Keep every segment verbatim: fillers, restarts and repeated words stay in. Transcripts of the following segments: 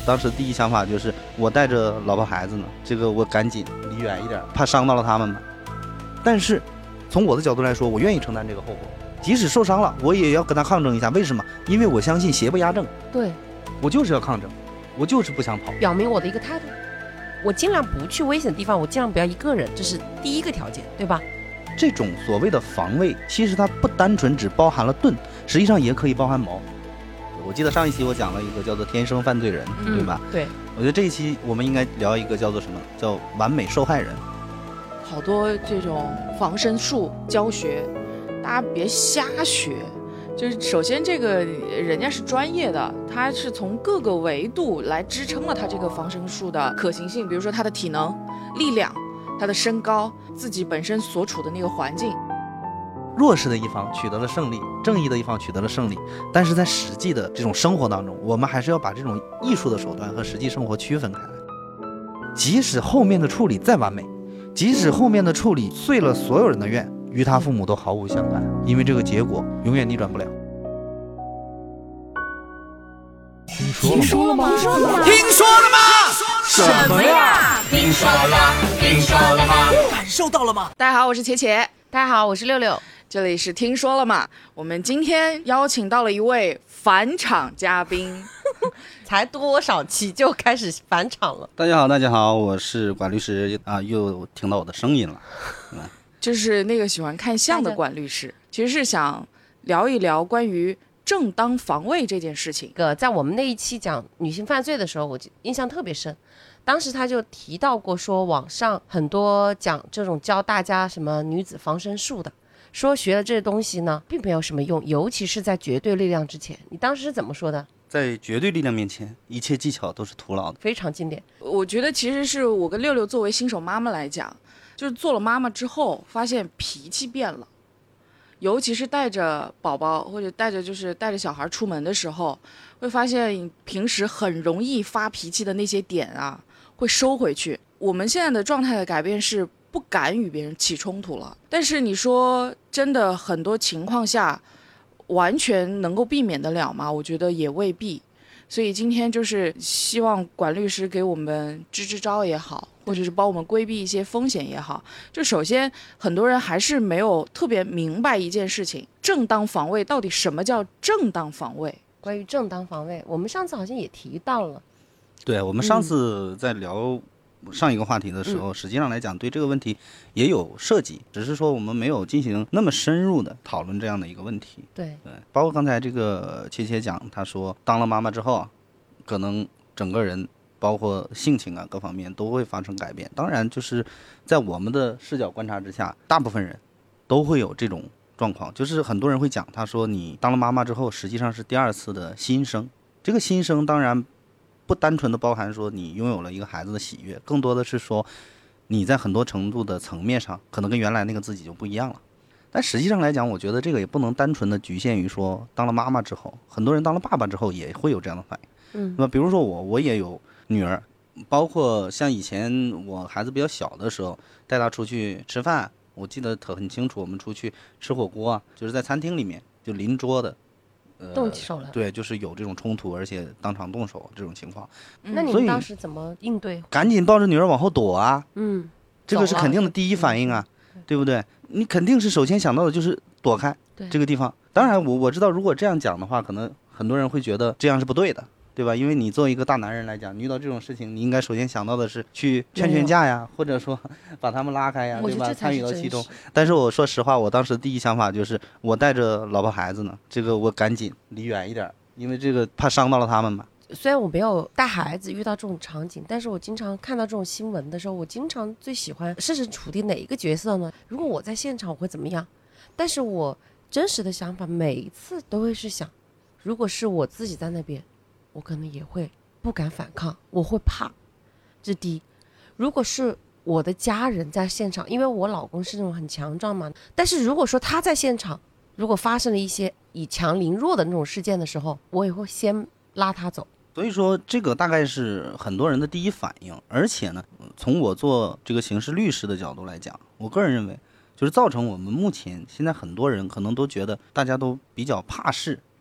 当时第一想法就是我带着老婆孩子呢，这个我赶紧离远一点，怕伤到了他们嘛。但是从我的角度来说，我愿意承担这个后果，即使受伤了我也要跟他抗争一下。为什么？因为我相信邪不压正。 对， 我就是要抗争，我就是不想跑， 表明我的一个态度。我尽量不去危险的地方，我尽量不要一个人，这是第一个条件，对吧？ 这种所谓的防卫，其实它不单纯只包含了盾，实际上也可以包含矛。我记得上一期我讲了一个叫做天生犯罪人， 嗯、 对吧？ 对， 我觉得这一期我们应该聊一个叫做什么，叫完美受害人。 好多这种防身术教学，大家别瞎学。就是首先这个人家是专业的，他是从各个维度来支撑了他这个防身术的可行性，比如说他的体能、力量、他的身高、自己本身所处的那个环境。 弱势的一方取得了胜利，正义的一方取得了胜利，但是在实际的这种生活当中，我们还是要把这种艺术的手段和实际生活区分开来。即使后面的处理再完美，即使后面的处理遂了所有人的愿，与他父母都毫无相干，因为这个结果永远逆转不了。 听说了吗？ 听说了吗？听说了吗？什么呀？听说了？听说了吗？ 感受到了吗？ 大家好，我是茄茄。 大家好，我是六六。 这里是听说了吗？我们今天邀请到了一位返场嘉宾。 才多少期就开始返场了？ 大家好，大家好，我是管律师啊，又听到我的声音了。 就是那个喜欢看相的管律师，其实是想聊一聊关于正当防卫这件事情。 个在我们那一期讲女性犯罪的时候，我印象特别深。当时他就提到过，说网上很多讲这种教大家什么女子防身术的，说学了这东西呢，并没有什么用，尤其是在绝对力量之前。你当时是怎么说的？ 在绝对力量面前，一切技巧都是徒劳的。 非常经典。 我觉得其实是我跟六六作为新手妈妈来讲，就是做了妈妈之后，发现脾气变了，尤其是带着宝宝或者带着就是带着小孩出门的时候，会发现平时很容易发脾气的那些点啊，会收回去。我们现在的状态的改变是不敢与别人起冲突了，但是你说真的，很多情况下完全能够避免得了吗？我觉得也未必。所以今天就是希望管律师给我们支支招也好，或者是帮我们规避一些风险也好。就首先很多人还是没有特别明白一件事情，正当防卫到底什么叫正当防卫。 关于正当防卫，我们上次好像也提到了。 对，我们上次在聊上一个话题的时候、嗯、实际上来讲对这个问题也有涉及，只是说我们没有进行那么深入的讨论这样的一个问题。 对, 对包括刚才这个切切讲，他说当了妈妈之后啊，可能整个人包括性情啊各方面都会发生改变。当然就是在我们的视角观察之下，大部分人都会有这种状况，就是很多人会讲，他说你当了妈妈之后实际上是第二次的新生。这个新生当然不单纯的包含说你拥有了一个孩子的喜悦，更多的是说你在很多程度的层面上可能跟原来那个自己就不一样了。但实际上来讲，我觉得这个也不能单纯的局限于说当了妈妈之后，很多人当了爸爸之后也会有这样的反应。嗯，那么比如说我我也有女儿，包括像以前我孩子比较小的时候带她出去吃饭，我记得很清楚，我们出去吃火锅啊，就是在餐厅里面就邻桌的呃、 动起手了， 对，就是有这种冲突，而且当场动手这种情况。 那你们当时怎么应对？ 赶紧抱着女儿往后躲啊！ 嗯， 这个是肯定的第一反应啊，嗯、对不对？你肯定是首先想到的就是躲开这个地方。当然我，我我知道，如果这样讲的话，可能很多人会觉得这样是不对的，对吧？因为你作为一个大男人来讲，你遇到这种事情，你应该首先想到的是去劝劝架呀，或者说把他们拉开呀，对吧？参与到其中。但是我说实话，我当时第一想法就是我带着老婆孩子呢，这个我赶紧离远一点，因为这个怕伤到了他们嘛。 虽然我没有带孩子遇到这种场景，但是我经常看到这种新闻的时候，我经常最喜欢设身处地哪一个角色呢？如果我在现场我会怎么样？但是我真实的想法每一次都会是想，如果是我自己在那边，我可能也会不敢反抗，我会怕。这是第一。如果是我的家人在现场，因为我老公是那种很强壮嘛，但是如果说他在现场，如果发生了一些以强凌弱的那种事件的时候，我也会先拉他走。 所以说这个大概是很多人的第一反应。而且呢，从我做这个刑事律师的角度来讲，我个人认为就是造成我们目前现在很多人可能都觉得大家都比较怕事，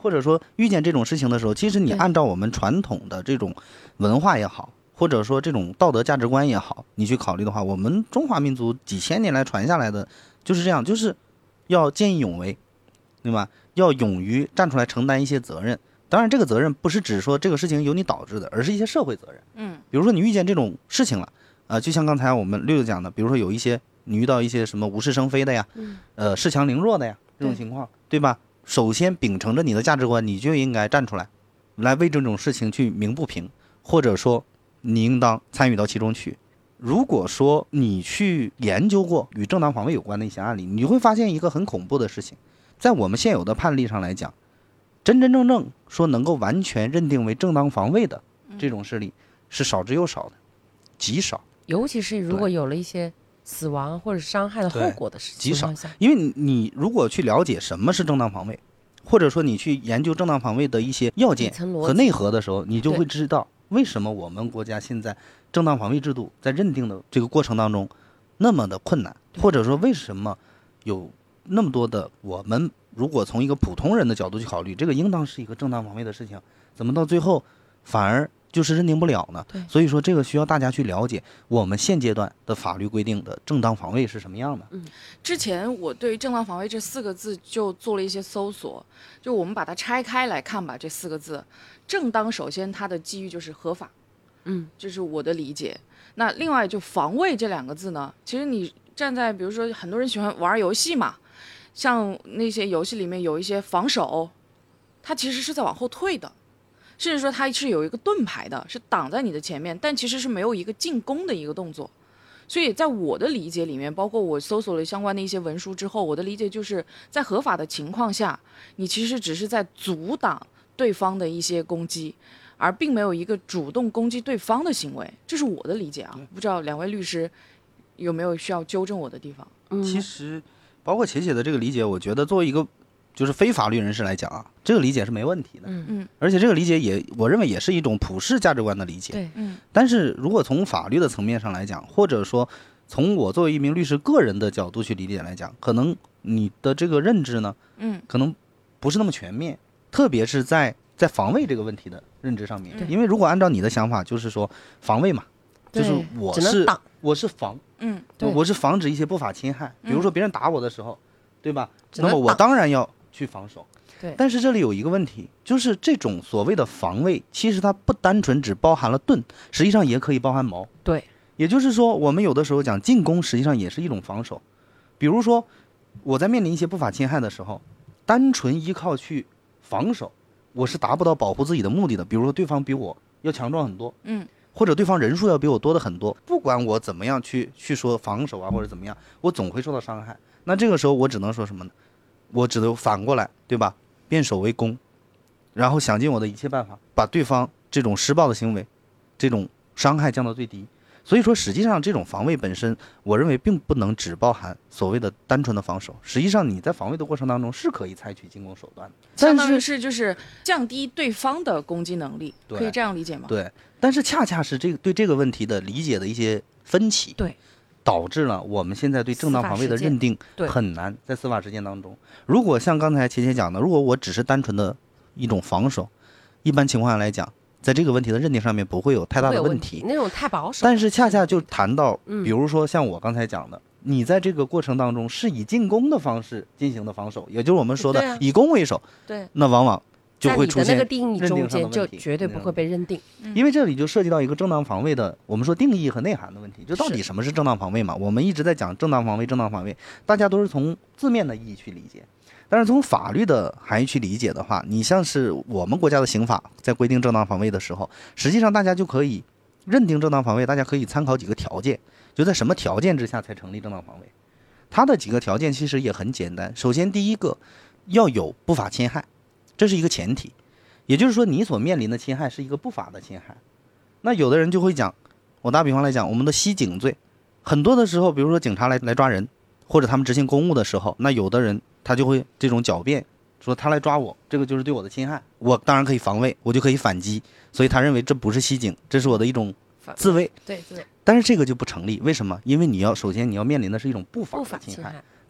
或者说遇见这种事情的时候，其实你按照我们传统的这种文化也好，或者说这种道德价值观也好，你去考虑的话，我们中华民族几千年来传下来的就是这样，就是要见义勇为，对吧？要勇于站出来承担一些责任。当然，这个责任不是指说这个事情由你导致的，而是一些社会责任。 嗯， 比如说你遇见这种事情了，啊、呃，就像刚才我们六六讲的，比如说有一些你遇到一些什么无事生非的呀， 嗯， 呃，恃强凌弱的呀，这种情况，对吧？首先秉承着你的价值观，你就应该站出来，来为这种事情去鸣不平，或者说你应当参与到其中去。如果说你去研究过与正当防卫有关的一些案例，你会发现一个很恐怖的事情，在我们现有的判例上来讲，真真正正说能够完全认定为正当防卫的这种事例是少之又少的，极少。 尤其是如果有了一些死亡或者伤害的后果的事情， 极少。因为你你如果去了解什么是正当防卫，或者说你去研究正当防卫的一些要件和内核的时候，你就会知道为什么我们国家现在正当防卫制度在认定的这个过程当中那么的困难，或者说为什么有那么多的我们如果从一个普通人的角度去考虑，这个应当是一个正当防卫的事情，怎么到最后反而就是认定不了呢？所以说这个需要大家去了解我们现阶段的法律规定的正当防卫是什么样的。 嗯，之前我对正当防卫这四个字就做了一些搜索，就我们把它拆开来看吧。这四个字，正当首先它的基于就是合法， 嗯， 这是我的理解。那另外就防卫这两个字呢，其实你站在比如说很多人喜欢玩游戏嘛，像那些游戏里面有一些防守，它其实是在往后退的。甚至说它是有一个盾牌的，是挡在你的前面，但其实是没有一个进攻的一个动作。所以在我的理解里面，包括我搜索了相关的一些文书之后，我的理解就是在合法的情况下，你其实只是在阻挡对方的一些攻击，而并没有一个主动攻击对方的行为。这是我的理解啊，不知道两位律师有没有需要纠正我的地方？ 嗯， 其实包括且姐的这个理解，我觉得作为一个就是非法律人士来讲啊，这个理解是没问题的。 嗯嗯， 而且这个理解也，我认为也是一种普世价值观的理解。 对， 嗯。 但是如果从法律的层面上来讲，或者说从我作为一名律师个人的角度去理解来讲，可能你的这个认知呢， 嗯， 可能不是那么全面，特别是在在防卫这个问题的认知上面。 对因为如果按照你的想法，就是说防卫嘛，就是我是我是防， 嗯， 对我是防止一些不法侵害，比如说别人打我的时候，对吧？ 只能那么我当然要去防守。 对， 但是这里有一个问题，就是这种所谓的防卫，其实它不单纯只包含了盾，实际上也可以包含矛。 对， 也就是说，我们有的时候讲进攻，实际上也是一种防守。比如说，我在面临一些不法侵害的时候，单纯依靠去防守，我是达不到保护自己的目的的。比如说，对方比我要强壮很多， 嗯， 或者对方人数要比我多的很多，不管我怎么样去去说防守啊，或者怎么样，我总会受到伤害。那这个时候，我只能说什么呢？我只能反过来，对吧？变守为攻，然后想尽我的一切办法，把对方这种施暴的行为，这种伤害降到最低。所以说，实际上这种防卫本身，我认为并不能只包含所谓的单纯的防守。实际上，你在防卫的过程当中是可以采取进攻手段的， 相当于是就是降低对方的攻击能力，可以这样理解吗？ 对，但是恰恰是这个对这个问题的理解的一些分歧， 对， 导致了我们现在对正当防卫的认定很难在司法实践当中。如果像刚才切切讲的，如果我只是单纯的一种防守，一般情况下来讲，在这个问题的认定上面不会有太大的问题， 那种太保守。 但是恰恰就谈到， 嗯、 比如说像我刚才讲的，你在这个过程当中是以进攻的方式进行的防守，也就是我们说的、 啊、 以攻为守， 对， 那往往就会出现在你的那个定义中间就绝对不会被认定， 因为这里就涉及到一个正当防卫的我们说定义和内涵的问题，就到底什么是正当防卫嘛？我们一直在讲正当防卫，正当防卫，大家都是从字面的意义去理解，但是从法律的含义去理解的话，你像是我们国家的刑法在规定正当防卫的时候，实际上大家就可以认定正当防卫，大家可以参考几个条件，就在什么条件之下才成立正当防卫。它的几个条件其实也很简单，首先第一个要有不法侵害，这是一个前提，也就是说你所面临的侵害是一个不法的侵害。那有的人就会讲，我打比方来讲，我们的袭警罪，很多的时候比如说警察来来抓人，或者他们执行公务的时候，那有的人他就会这种狡辩，说他来抓我，这个就是对我的侵害，我当然可以防卫，我就可以反击，所以他认为这不是袭警，这是我的一种自卫。 对对。 但是这个就不成立，为什么？因为你要首先你要面临的是一种不法的侵害，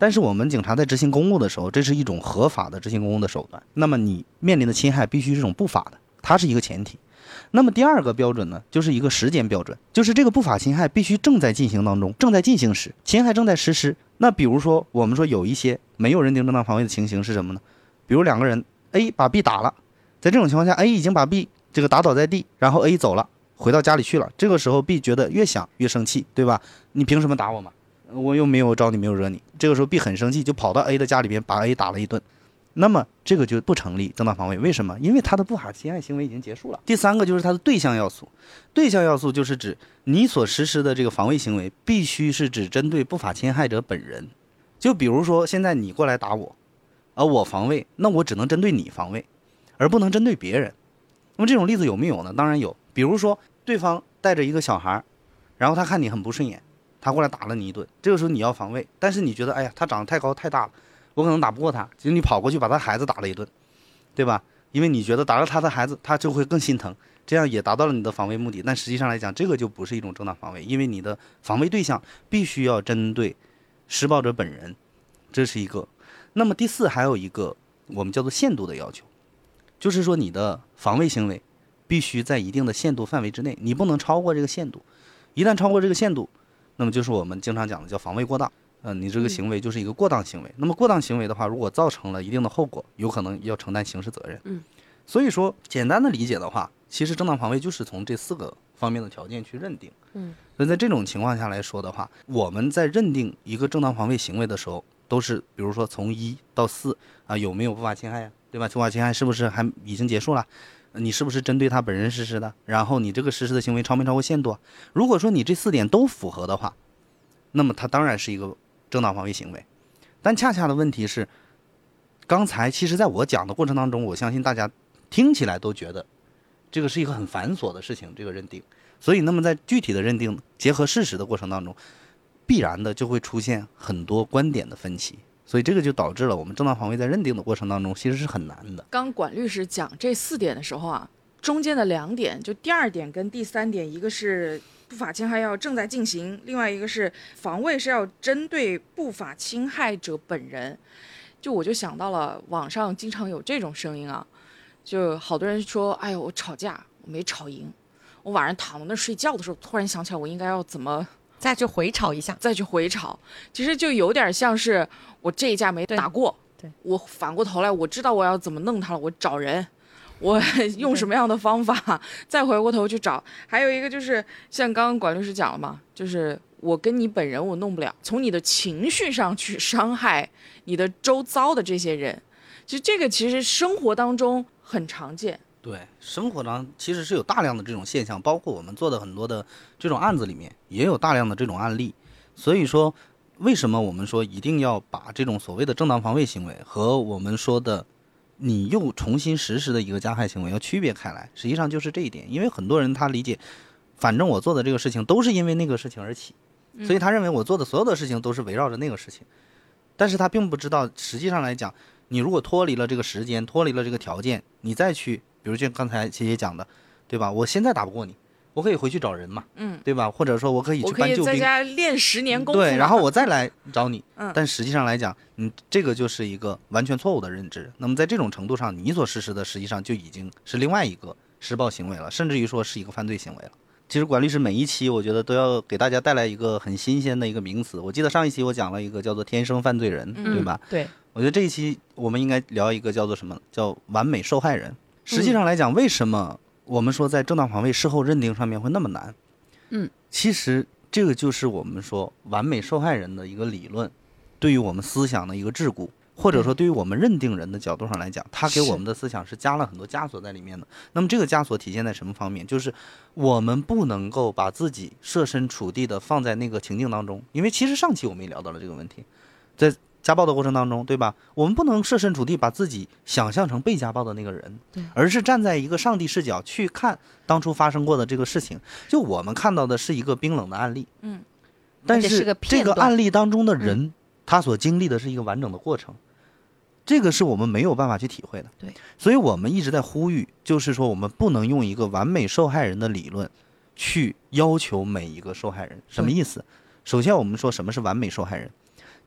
但是我们警察在执行公务的时候，这是一种合法的执行公务的手段，那么你面临的侵害必须是一种不法的，它是一个前提。那么第二个标准呢，就是一个时间标准，就是这个不法侵害必须正在进行当中，正在进行时，侵害正在实施。那比如说我们说有一些没有认定正当防卫的情形是什么呢？比如两个人 A 把 B 打了，在这种情况下 A 已经把 B 这个打倒在地，然后 A 走了，回到家里去了，这个时候 B 觉得越想越生气，对吧？你凭什么打我嘛？我又没有招你，没有惹你。这个时候 B 很生气，就跑到 A 的家里边把 A 打了一顿。那么这个就不成立正当防卫，为什么？因为他的不法侵害行为已经结束了。第三个就是他的对象要素，对象要素就是指你所实施的这个防卫行为必须是指针对不法侵害者本人。就比如说现在你过来打我，而我防卫，那我只能针对你防卫，而不能针对别人。那么这种例子有没有呢？当然有。比如说对方带着一个小孩，然后他看你很不顺眼，他过来打了你一顿，这个时候你要防卫，但是你觉得哎呀他长得太高太大了，我可能打不过他，其实你跑过去把他孩子打了一顿，对吧？因为你觉得打了他的孩子他就会更心疼，这样也达到了你的防卫目的。但实际上来讲，这个就不是一种正当防卫，因为你的防卫对象必须要针对施暴者本人，这是一个。那么第四还有一个我们叫做限度的要求，就是说你的防卫行为必须在一定的限度范围之内，你不能超过这个限度。一旦超过这个限度，那么就是我们经常讲的叫防卫过当。呃，你这个行为就是一个过当行为。那么过当行为的话，如果造成了一定的后果，有可能要承担刑事责任。 嗯， 所以说简单的理解的话，其实正当防卫就是从这四个方面的条件去认定。 嗯， 所以在这种情况下来说的话，我们在认定一个正当防卫行为的时候，都是比如说从一到四啊，有没有不法侵害呀，对吧？不法侵害是不是还已经结束了？你是不是针对他本人实施的？然后你这个实施的行为超没超过限度啊？如果说你这四点都符合的话，那么它当然是一个正当防卫行为。但恰恰的问题是，刚才其实在我讲的过程当中，我相信大家听起来都觉得这个是一个很繁琐的事情，这个认定。所以那么在具体的认定结合事实的过程当中，必然的就会出现很多观点的分歧。所以这个就导致了我们正当防卫在认定的过程当中其实是很难的。 刚管律师讲这四点的时候啊，中间的两点，就第二点跟第三点，一个是不法侵害要正在进行，另外一个是防卫是要针对不法侵害者本人。就我就想到了网上经常有这种声音啊，就好多人说，哎呦我吵架我没吵赢，我晚上躺在那睡觉的时候突然想起来我应该要怎么再去回吵一下， 再去回吵。其实就有点像是我这一架没打过， 对，对我反过头来我知道我要怎么弄他了，我找人，我用什么样的方法，再回过头去找。还有一个就是像刚刚管律师讲了嘛，就是我跟你本人我弄不了，从你的情绪上去伤害你的周遭的这些人，其实这个其实生活当中很常见。 对，生活上其实是有大量的这种现象，包括我们做的很多的这种案子里面也有大量的这种案例。所以说为什么我们说一定要把这种所谓的正当防卫行为和我们说的你又重新实施的一个加害行为要区别开来，实际上就是这一点。因为很多人他理解反正我做的这个事情都是因为那个事情而起，所以他认为我做的所有的事情都是围绕着那个事情，但是他并不知道实际上来讲，你如果脱离了这个时间，脱离了这个条件，你再去比如像刚才谢谢讲的，对吧？我现在打不过你，我可以回去找人嘛， 嗯， 对吧？或者说我可以去我可以搬救兵， 在家练十年功夫， 对，然后我再来找你。 嗯， 但实际上来讲，嗯，这个就是一个完全错误的认知。那么在这种程度上，你所实施的实际上就已经是另外一个施暴行为了，甚至于说是一个犯罪行为了。其实管律师每一期我觉得都要给大家带来一个很新鲜的一个名词。我记得上一期我讲了一个叫做天生犯罪人， 嗯、 对吧？ 对， 我觉得这一期我们应该聊一个叫做什么，叫完美受害人。实际上来讲，为什么我们说在正当防卫事后认定上面会那么难？ 嗯， 其实这个就是我们说完美受害人的一个理论，对于我们思想的一个桎梏，或者说对于我们认定人的角度上来讲，它给我们的思想是加了很多枷锁在里面的。那么这个枷锁体现在什么方面？就是我们不能够把自己设身处地的放在那个情境当中，因为其实上期我们也聊到了这个问题，在家暴的过程当中，对吧？我们不能设身处地把自己想象成被家暴的那个人，而是站在一个上帝视角去看当初发生过的这个事情。就我们看到的是一个冰冷的案例， 嗯， 但是这个案例当中的人， 嗯、 他所经历的是一个完整的过程，这个是我们没有办法去体会的。 对， 所以我们一直在呼吁，就是说我们不能用一个完美受害人的理论去要求每一个受害人。什么意思？首先我们说什么是完美受害人？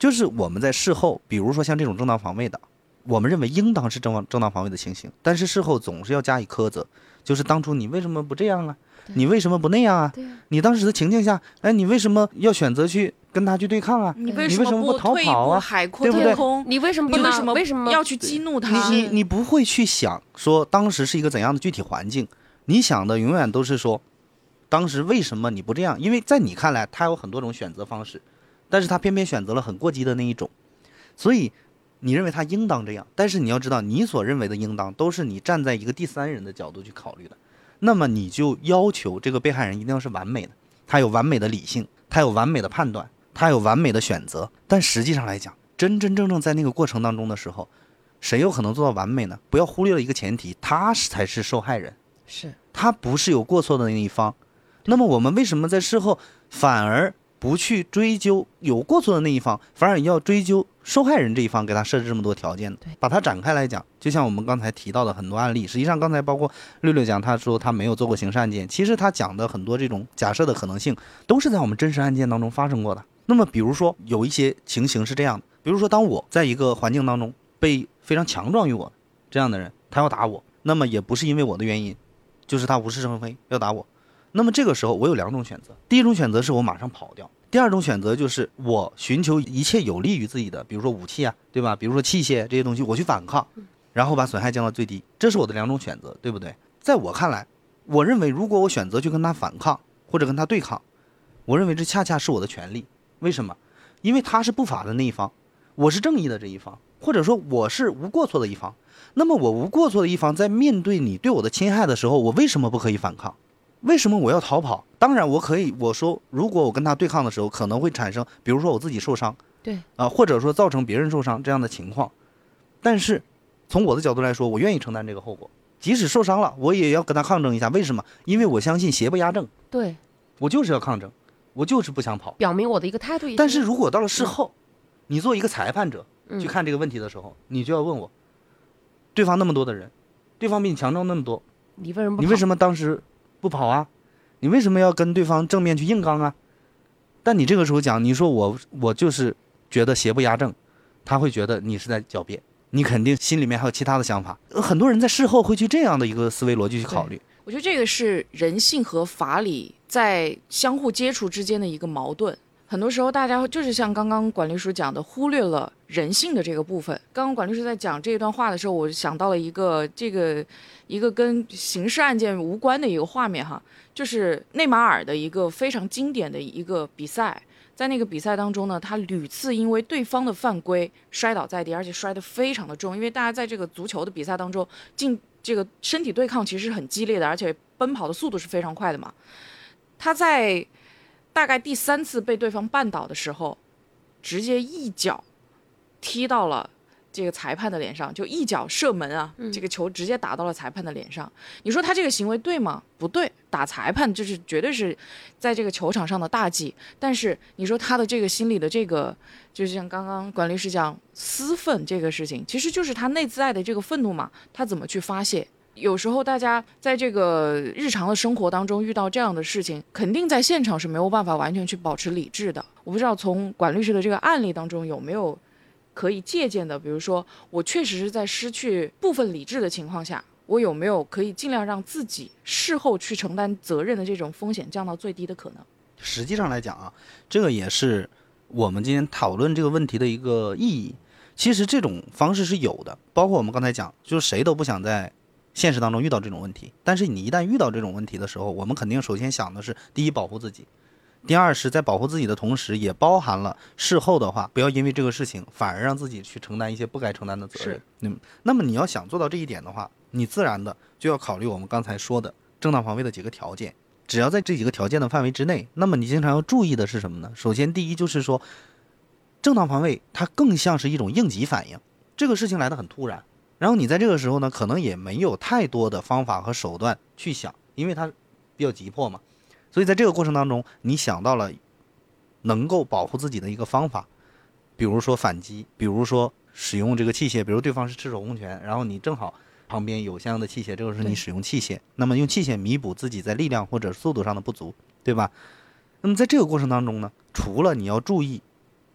就是我们在事后，比如说像这种正当防卫的，我们认为应当是正当正当防卫的情形，但是事后总是要加以苛责，就是当初你为什么不这样啊？你为什么不那样啊？你当时的情境下，哎，你为什么要选择去跟他去对抗啊？ 你为什么不逃跑啊？ 海阔对不对？ 空？ 你为什么不你为什么为什么要去激怒他？ 你你你不会去想说当时是一个怎样的具体环境，你想的永远都是说，当时为什么你不这样？因为在你看来，他有很多种选择方式，但是他偏偏选择了很过激的那一种，所以你认为他应当这样，但是你要知道，你所认为的应当都是你站在一个第三人的角度去考虑的。那么你就要求这个被害人一定要是完美的，他有完美的理性，他有完美的判断，他有完美的选择。但实际上来讲，真真正正在那个过程当中的时候，谁有可能做到完美呢？不要忽略了一个前提，他才是受害人， 是他不是有过错的那一方。那么我们为什么在事后反而不去追究有过错的那一方，反而要追究受害人这一方，给他设置这么多条件呢？把它展开来讲，就像我们刚才提到的很多案例，实际上刚才包括六六讲，他说他没有做过刑事案件，其实他讲的很多这种假设的可能性，都是在我们真实案件当中发生过的。那么比如说有一些情形是这样的，比如说当我在一个环境当中被非常强壮于我这样的人，他要打我，那么也不是因为我的原因，就是他无事生非要打我。那么这个时候我有两种选择，第一种选择是我马上跑掉，第二种选择就是我寻求一切有利于自己的，比如说武器啊，对吧？比如说器械这些东西，我去反抗，然后把损害降到最低，这是我的两种选择，对不对？在我看来，我认为如果我选择去跟他反抗或者跟他对抗，我认为这恰恰是我的权利。为什么？因为他是不法的那一方，我是正义的这一方，或者说我是无过错的一方。那么我无过错的一方在面对你对我的侵害的时候，我为什么不可以反抗？为什么我要逃跑？当然我可以，我说如果我跟他对抗的时候，可能会产生比如说我自己受伤， 对啊、呃，或者说造成别人受伤这样的情况。但是从我的角度来说，我愿意承担这个后果，即使受伤了我也要跟他抗争一下。为什么？因为我相信邪不压正， 对， 我就是要抗争，我就是不想跑， 表明我的一个态度。 但是如果到了事后、嗯、你做一个裁判者去看这个问题的时候、嗯、你就要问我，对方那么多的人，对方比你强壮那么多， 你为什么不跑？ 你为什么当时不跑啊？你为什么要跟对方正面去硬刚啊？但你这个时候讲，你说我我就是觉得邪不压正，他会觉得你是在狡辩，你肯定心里面还有其他的想法。很多人在事后会去这样的一个思维逻辑去考虑。 我觉得这个是人性和法理在相互接触之间的一个矛盾。很多时候大家就是像刚刚管律师讲的，忽略了人性的这个部分。刚刚管律师在讲这一段话的时候，我想到了一个这个一个跟刑事案件无关的一个画面哈，就是内马尔的一个非常经典的一个比赛。在那个比赛当中呢，他屡次因为对方的犯规摔倒在地，而且摔得非常的重。因为大家在这个足球的比赛当中，进这个身体对抗其实是很激烈的，而且奔跑的速度是非常快的嘛。他在大概第三次被对方绊倒的时候，直接一脚踢到了这个裁判的脸上，就一脚射门啊，这个球直接打到了裁判的脸上。你说他这个行为对吗？不对，打裁判就是绝对是在这个球场上的大忌。但是你说他的这个心理的这个，就像刚刚管律师讲私愤这个事情，其实就是他内在的这个愤怒嘛，他怎么去发泄？有时候大家在这个日常的生活当中遇到这样的事情，肯定在现场是没有办法完全去保持理智的。我不知道从管律师的这个案例当中有没有可以借鉴的，比如说我确实是在失去部分理智的情况下，我有没有可以尽量让自己事后去承担责任的这种风险降到最低的可能？ 实际上来讲啊，这个也是我们今天讨论这个问题的一个意义。其实这种方式是有的，包括我们刚才讲，就是谁都不想在现实当中遇到这种问题，但是你一旦遇到这种问题的时候，我们肯定首先想的是，第一，保护自己，第二是在保护自己的同时，也包含了事后的话，不要因为这个事情反而让自己去承担一些不该承担的责任。嗯，那么你要想做到这一点的话，你自然的就要考虑我们刚才说的正当防卫的几个条件。只要在这几个条件的范围之内，那么你经常要注意的是什么呢？首先，第一就是说，正当防卫它更像是一种应急反应，这个事情来得很突然。然后你在这个时候呢，可能也没有太多的方法和手段去想，因为它比较急迫嘛。所以在这个过程当中，你想到了能够保护自己的一个方法，比如说反击，比如说使用这个器械，比如对方是赤手空拳，然后你正好旁边有相应的器械，这个时候你使用器械，那么用器械弥补自己在力量或者速度上的不足，对吧？那么在这个过程当中呢，除了你要注意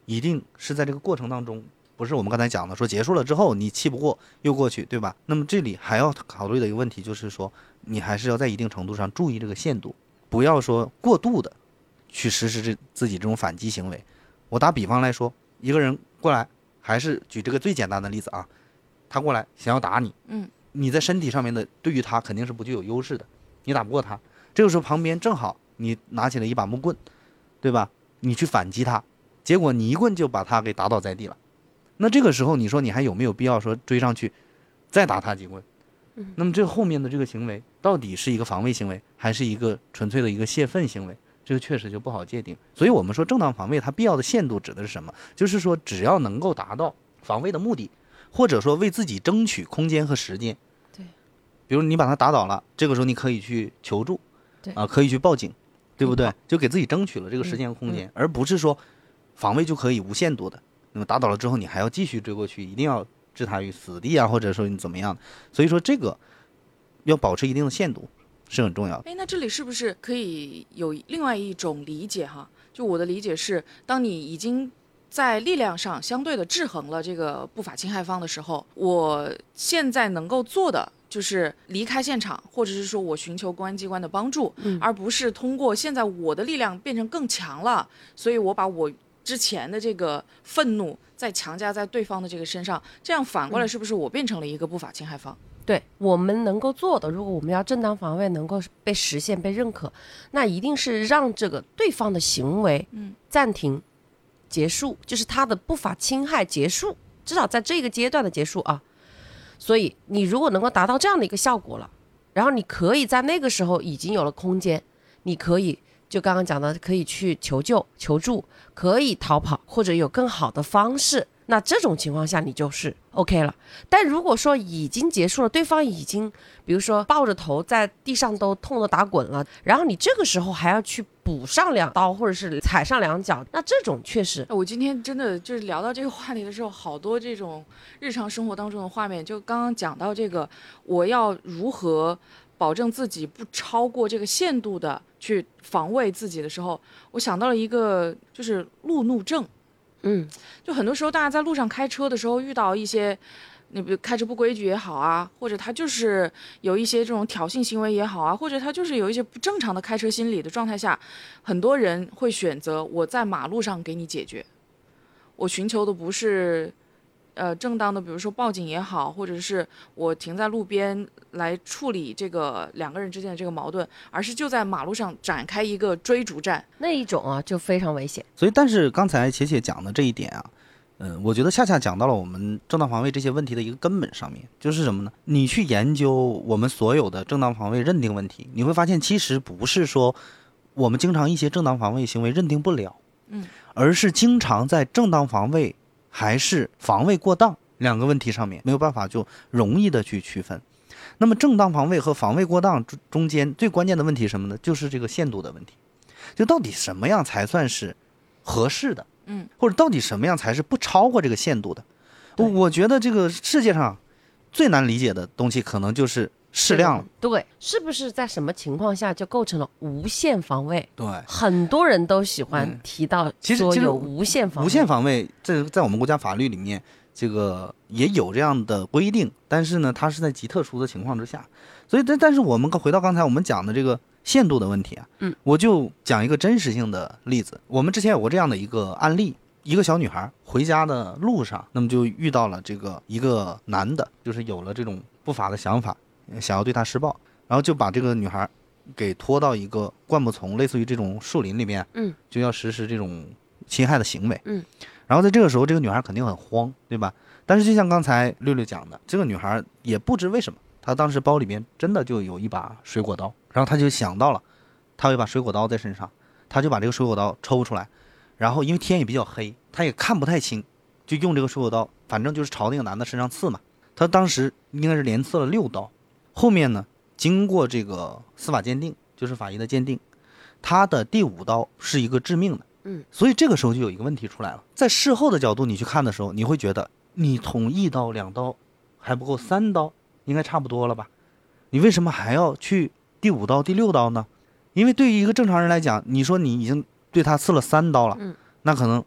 一定是在这个过程当中，不是我们刚才讲的说结束了之后你气不过又过去，对吧？那么这里还要考虑的一个问题就是说，你还是要在一定程度上注意这个限度，不要说过度的去实施这自己这种反击行为。我打比方来说，一个人过来，还是举这个最简单的例子啊，他过来想要打你， 嗯， 你在身体上面的对于他肯定是不具有优势的，你打不过他，这个时候旁边正好你拿起了一把木棍，对吧？你去反击他，结果你一棍就把他给打倒在地了。那这个时候你说你还有没有必要说追上去再打他几棍？那么这后面的这个行为到底是一个防卫行为，还是一个纯粹的一个泄愤行为？这个确实就不好界定。所以我们说正当防卫它必要的限度指的是什么？就是说只要能够达到防卫的目的，或者说为自己争取空间和时间。 对， 比如你把他打倒了，这个时候你可以去求助， 对啊、呃，可以去报警，对不对？就给自己争取了这个时间和空间， 嗯嗯、 而不是说防卫就可以无限度的。那么打倒了之后，你还要继续追过去，一定要置他于死地啊，或者说你怎么样？所以说这个要保持一定的限度是很重要的。 哎，那这里是不是可以有另外一种理解哈？就我的理解是，当你已经在力量上相对的制衡了这个不法侵害方的时候，我现在能够做的就是离开现场，或者是说我寻求公安机关的帮助， 嗯、 而不是通过现在我的力量变成更强了，所以我把我之前的这个愤怒再强加在对方的这个身上，这样反过来是不是我变成了一个不法侵害方？ 嗯、对，我们能够做的，如果我们要正当防卫能够被实现、被认可，那一定是让这个对方的行为暂停、结束，就是他的不法侵害结束，至少在这个阶段的结束啊。所以你如果能够达到这样的一个效果了，然后你可以在那个时候已经有了空间，你可以就刚刚讲的可以去求救求助，可以逃跑，或者有更好的方式，那这种情况下你就是 OK 了。但如果说已经结束了，对方已经比如说抱着头在地上都痛得打滚了，然后你这个时候还要去补上两刀或者是踩上两脚，那这种确实。 我今天真的就是聊到这个话题的时候，好多这种日常生活当中的画面，就刚刚讲到这个我要如何保证自己不超过这个限度的去防卫自己的时候，我想到了一个就是路怒症。 嗯， 就很多时候大家在路上开车的时候遇到一些你比如开车不规矩也好啊，或者他就是有一些这种挑衅行为也好啊，或者他就是有一些不正常的开车心理的状态下，很多人会选择我在马路上给你解决，我寻求的不是呃，正当的，比如说报警也好，或者是我停在路边来处理这个两个人之间的这个矛盾，而是就在马路上展开一个追逐战， 那一种啊就非常危险。 所以，但是刚才茄茄讲的这一点啊，嗯、呃，我觉得恰恰讲到了我们正当防卫这些问题的一个根本上面，就是什么呢？你去研究我们所有的正当防卫认定问题，你会发现其实不是说我们经常一些正当防卫行为认定不了， 嗯， 而是经常在正当防卫还是防卫过当两个问题上面没有办法就容易的去区分。那么正当防卫和防卫过当中间最关键的问题是什么呢？就是这个限度的问题，就到底什么样才算是合适的， 嗯， 或者到底什么样才是不超过这个限度的。我觉得这个世界上最难理解的东西可能就是适量了。 对，是不是在什么情况下就构成了无限防卫？ 对， 很多人都喜欢提到说有无限防卫。 无限防卫这在我们国家法律里面这个也有这样的规定，但是呢它是在极特殊的情况之下。所以但但是我们回到刚才我们讲的这个限度的问题啊， 嗯， 我就讲一个真实性的例子。我们之前有过这样的一个案例，一个小女孩回家的路上，那么就遇到了这个一个男的，就是有了这种不法的想法，想要对她施暴，然后就把这个女孩给拖到一个灌木丛，类似于这种树林里面， 嗯， 就要实施这种侵害的行为， 嗯， 然后在这个时候，这个女孩肯定很慌，对吧？但是就像刚才六六讲的，这个女孩也不知为什么，她当时包里面真的就有一把水果刀，然后她就想到了，她有一把水果刀在身上，她就把这个水果刀抽出来，然后因为天也比较黑，她也看不太清，就用这个水果刀，反正就是朝那个男的身上刺嘛。她当时应该是连刺了六刀，后面呢，经过这个司法鉴定，就是法医的鉴定，他的第五刀是一个致命的。 嗯， 所以这个时候就有一个问题出来了，在事后的角度你去看的时候，你会觉得你捅一刀两刀还不够，三刀应该差不多了吧？你为什么还要去第五刀第六刀呢？因为对于一个正常人来讲，你说你已经对他刺了三刀了， 嗯， 那可能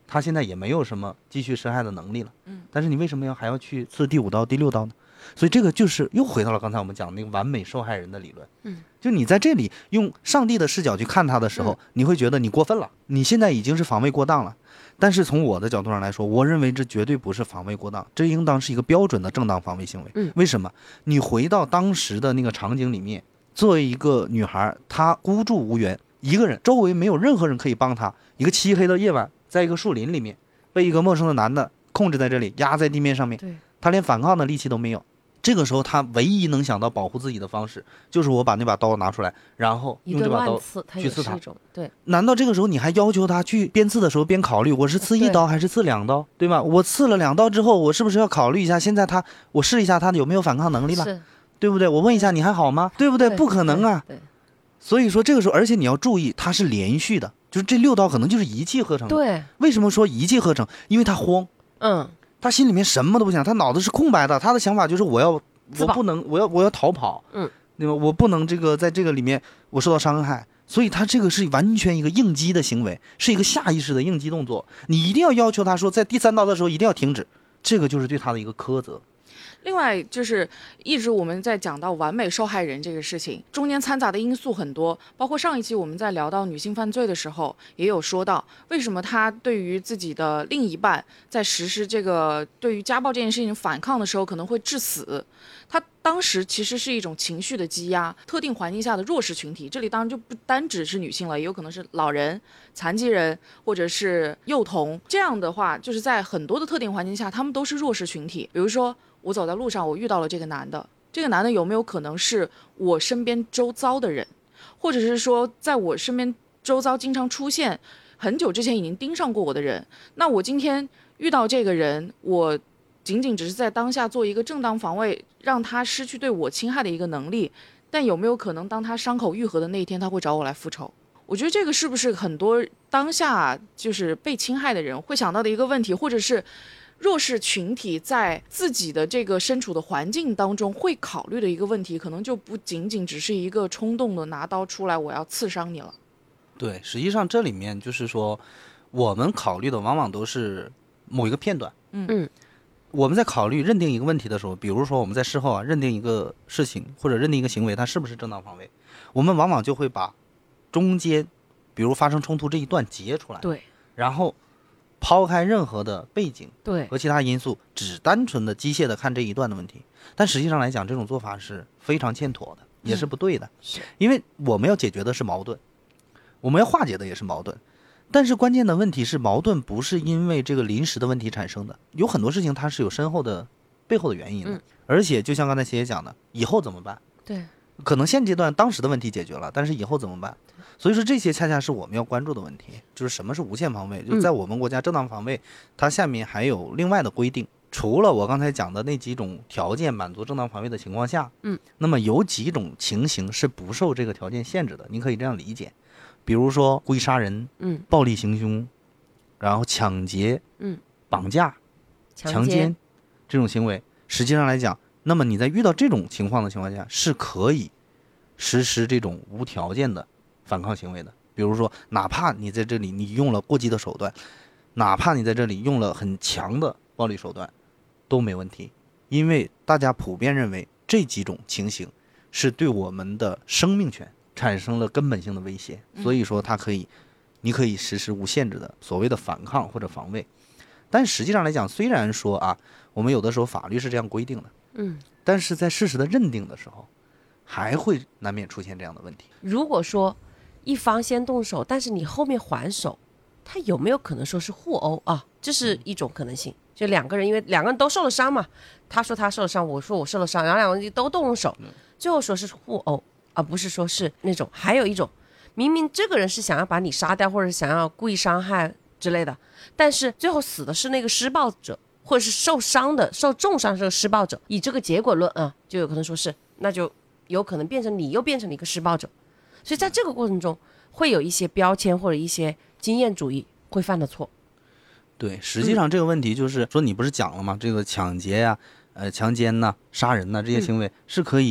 他现在也没有什么继续施害的能力了， 嗯， 但是你为什么要还要去刺第五刀、第六刀呢？所以这个就是又回到了刚才我们讲那个完美受害人的理论， 嗯， 就你在这里用上帝的视角去看他的时候， 嗯、 你会觉得你过分了，你现在已经是防卫过当了。但是从我的角度上来说，我认为这绝对不是防卫过当，这应当是一个标准的正当防卫行为。 嗯， 为什么？你回到当时的那个场景里面，作为一个女孩，她孤注无援，一个人，周围没有任何人可以帮她，一个漆黑的夜晚，在一个树林里面，被一个陌生的男的控制在这里，压在地面上面， 对， 她连反抗的力气都没有。这个时候，他唯一能想到保护自己的方式，就是我把那把刀拿出来，然后用这把刀去刺他。 对， 难道这个时候你还要求他去边刺的时候边考虑，我是刺一刀还是刺两刀，对吧？我刺了两刀之后，我是不是要考虑一下，现在他，我试一下他有没有反抗能力了，对不对？我问一下你还好吗？对不对？不可能啊。 对。对， 所以说这个时候，而且你要注意，它是连续的，就是这六刀可能就是一气呵成的。 对。 为什么说一气呵成？因为他慌。 嗯。 他心里面什么都不想，他脑子是空白的，他的想法就是我要，我不能，我要，我要逃跑， 嗯， 对吧？我不能这个在这个里面我受到伤害，所以他这个是完全一个应激的行为，是一个下意识的应激动作。你一定要要求他说，在第三刀的时候一定要停止，这个就是对他的一个苛责。 另外就是一直我们在讲到完美受害人这个事情，中间掺杂的因素很多，包括上一期我们在聊到女性犯罪的时候也有说到，为什么她对于自己的另一半在实施这个对于家暴这件事情反抗的时候可能会致死，她当时其实是一种情绪的积压，特定环境下的弱势群体，这里当然就不单只是女性了，也有可能是老人、残疾人或者是幼童，这样的话就是在很多的特定环境下他们都是弱势群体。比如说我走在路上，我遇到了这个男的，这个男的有没有可能是我身边周遭的人，或者是说在我身边周遭经常出现，很久之前已经盯上过我的人，那我今天遇到这个人，我仅仅只是在当下做一个正当防卫，让他失去对我侵害的一个能力，但有没有可能当他伤口愈合的那一天，他会找我来复仇？我觉得这个是不是很多当下就是被侵害的人会想到的一个问题，或者是弱势群体在自己的这个身处的环境当中会考虑的一个问题，可能就不仅仅只是一个冲动的拿刀出来我要刺伤你了。 对，实际上这里面就是说我们考虑的往往都是某一个片段。 嗯， 我们在考虑认定一个问题的时候，比如说我们在事后啊认定一个事情或者认定一个行为它是不是正当防卫，我们往往就会把中间比如发生冲突这一段截出来， 对， 然后抛开任何的背景对和其他因素，只单纯的机械的看这一段的问题。但实际上来讲，这种做法是非常欠妥的，也是不对的。 嗯、是因为我们要解决的是矛盾，我们要化解的也是矛盾。但是关键的问题是，矛盾不是因为这个临时的问题产生的，有很多事情它是有深厚的背后的原因的。 嗯、 而且就像刚才谢姐讲的，以后怎么办？ 对， 可能现阶段当时的问题解决了，但是以后怎么办？所以说这些恰恰是我们要关注的问题，就是什么是无限防卫。就在我们国家正当防卫，它下面还有另外的规定，除了我刚才讲的那几种条件满足正当防卫的情况下， 嗯， 那么有几种情形是不受这个条件限制的，你可以这样理解，比如说故意杀人， 嗯， 暴力行凶，然后抢劫， 嗯， 绑架、 强奸这种行为，实际上来讲，那么你在遇到这种情况的情况下，是可以实施这种无条件的反抗行为的。比如说，哪怕你在这里你用了过激的手段，哪怕你在这里用了很强的暴力手段，都没问题，因为大家普遍认为这几种情形是对我们的生命权产生了根本性的威胁，所以说它可以，你可以实施无限制的所谓的反抗或者防卫。但实际上来讲，虽然说啊，我们有的时候法律是这样规定的， 嗯， 但是在事实的认定的时候，还会难免出现这样的问题。 如果说一方先动手，但是你后面还手，他有没有可能说是互殴啊？这是一种可能性，就两个人因为两个人都受了伤嘛，他说他受了伤，我说我受了伤，然后两个人都动了手，最后说是互殴，而不是说是那种。还有一种，明明这个人是想要把你杀掉，或者想要故意伤害之类的，但是最后死的是那个施暴者，或者是受伤的、受重伤这个施暴者，以这个结果论啊，就有可能说是，那就有可能变成你又变成了一个施暴者。所以在这个过程中，会有一些标签或者一些经验主义会犯的错。 对，实际上这个问题就是说，你不是讲了吗？这个抢劫呀、呃、强奸呐、杀人呐这些行为是可以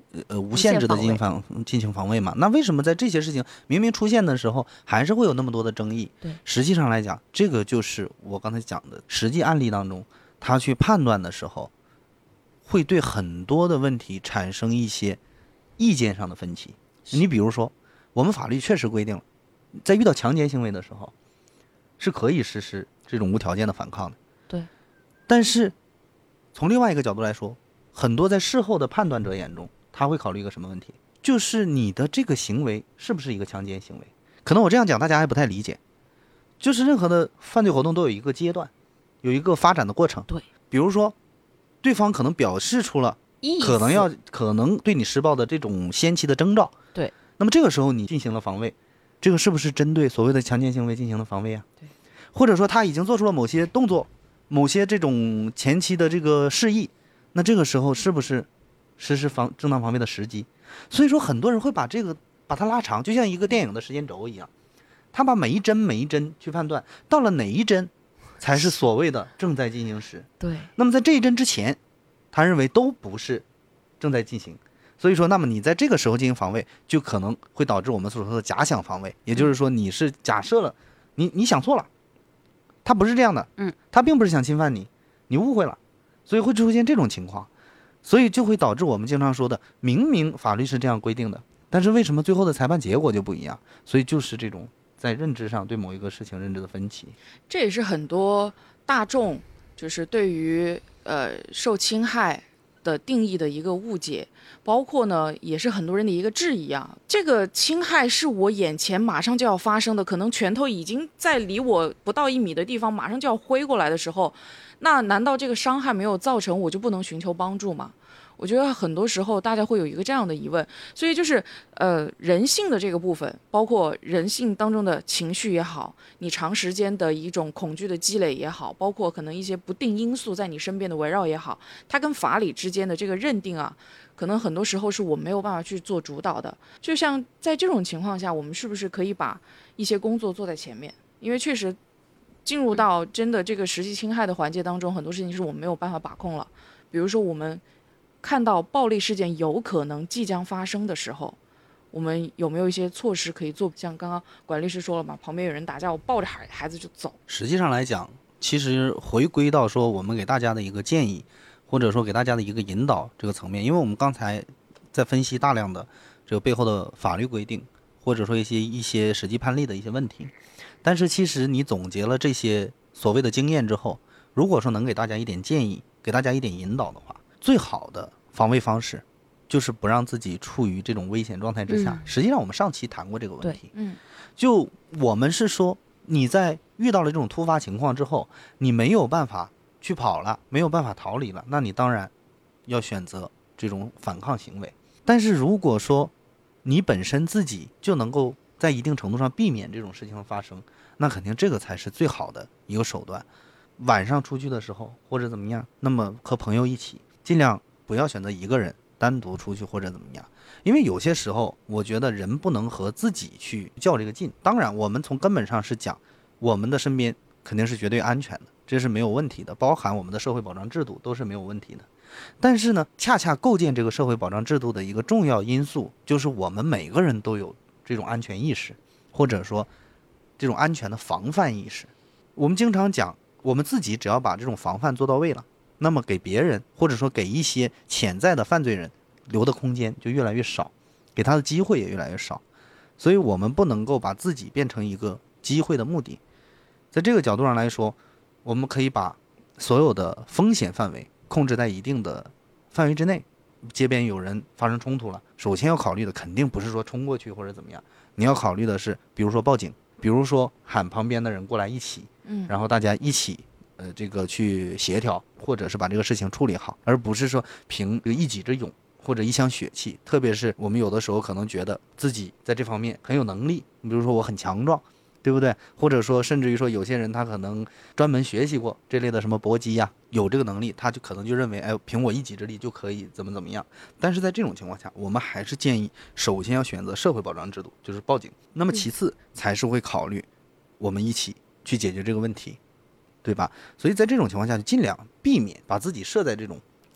呃无限制的进行防进行防卫嘛。那为什么在这些事情明明出现的时候，还是会有那么多的争议？ 对， 实际上来讲，这个就是我刚才讲的实际案例当中，他去判断的时候，会对很多的问题产生一些意见上的分歧。你比如说，我们法律确实规定了，在遇到强奸行为的时候，是可以实施这种无条件的反抗的。 对， 但是从另外一个角度来说，很多在事后的判断者眼中，他会考虑一个什么问题？就是你的这个行为是不是一个强奸行为？可能我这样讲大家还不太理解，就是任何的犯罪活动都有一个阶段，有一个发展的过程。 对， 比如说对方可能表示出了可能要可能对你施暴的这种先期的征兆。 对， 那么这个时候你进行了防卫，这个是不是针对所谓的强奸行为进行了防卫啊？ 对， 或者说他已经做出了某些动作，某些这种前期的这个示意，那这个时候是不是实施防正当防卫的时机？所以说很多人会把这个把它拉长，就像一个电影的时间轴一样，他把每一帧每一帧去判断，到了哪一帧才是所谓的正在进行时。 对， 那么在这一帧之前，他认为都不是正在进行。所以说，那么你在这个时候进行防卫，就可能会导致我们所说的假想防卫，也就是说你是假设了，你你想错了，他不是这样的， 嗯， 他并不是想侵犯你，你误会了，所以会出现这种情况，所以就会导致我们经常说的，明明法律是这样规定的，但是为什么最后的裁判结果就不一样？所以就是这种在认知上对某一个事情认知的分歧。 这也是很多大众就是对于呃受侵害的定义的一个误解，包括呢也是很多人的一个质疑啊。这个侵害是我眼前马上就要发生的，可能拳头已经在离我不到一米的地方马上就要挥过来的时候，那难道这个伤害没有造成，我就不能寻求帮助吗？我觉得很多时候大家会有一个这样的疑问，所以就是呃人性的这个部分，包括人性当中的情绪也好，你长时间的一种恐惧的积累也好，包括可能一些不定因素在你身边的围绕也好，它跟法理之间的这个认定啊，可能很多时候是我没有办法去做主导的。就像在这种情况下，我们是不是可以把一些工作做在前面？因为确实进入到真的这个实际侵害的环节当中，很多事情是我们没有办法把控了。比如说我们看到暴力事件有可能即将发生的时候，我们有没有一些措施可以做？像刚刚管律师说了嘛，旁边有人打架，我抱着孩孩子就走。 实际上来讲，其实回归到说我们给大家的一个建议，或者说给大家的一个引导这个层面，因为我们刚才在分析大量的这个背后的法律规定，或者说一些一些实际判例的一些问题，但是其实你总结了这些所谓的经验之后，如果说能给大家一点建议，给大家一点引导的话，最好的防卫方式就是不让自己处于这种危险状态之下。 嗯、 实际上我们上期谈过这个问题， 嗯， 就我们是说你在遇到了这种突发情况之后，你没有办法去跑了，没有办法逃离了，那你当然要选择这种反抗行为。但是如果说你本身自己就能够在一定程度上避免这种事情的发生，那肯定这个才是最好的一个手段。晚上出去的时候或者怎么样，那么和朋友一起，尽量不要选择一个人单独出去或者怎么样，因为有些时候我觉得人不能和自己去较这个劲。当然我们从根本上是讲我们的身边肯定是绝对安全的，这是没有问题的，包含我们的社会保障制度都是没有问题的。但是呢，恰恰构建这个社会保障制度的一个重要因素，就是我们每个人都有这种安全意识，或者说这种安全的防范意识。我们经常讲，我们自己只要把这种防范做到位了，那么给别人或者说给一些潜在的犯罪人留的空间就越来越少，给他的机会也越来越少。所以我们不能够把自己变成一个机会的目的。在这个角度上来说，我们可以把所有的风险范围控制在一定的范围之内。街边有人发生冲突了，首先要考虑的肯定不是说冲过去或者怎么样，你要考虑的是比如说报警，比如说喊旁边的人过来一起， 嗯， 然后大家一起呃这个去协调，或者是把这个事情处理好，而不是说凭一己之勇或者一腔血气。特别是我们有的时候可能觉得自己在这方面很有能力，比如说我很强壮，对不对？或者说甚至于说有些人他可能专门学习过这类的什么搏击呀，有这个能力，他就可能就认为哎，凭我一己之力就可以怎么怎么样。但是在这种情况下，我们还是建议首先要选择社会保障制度，就是报警，那么其次才是会考虑我们一起去解决这个问题，对吧？所以在这种情况下就尽量避免把自己设在这种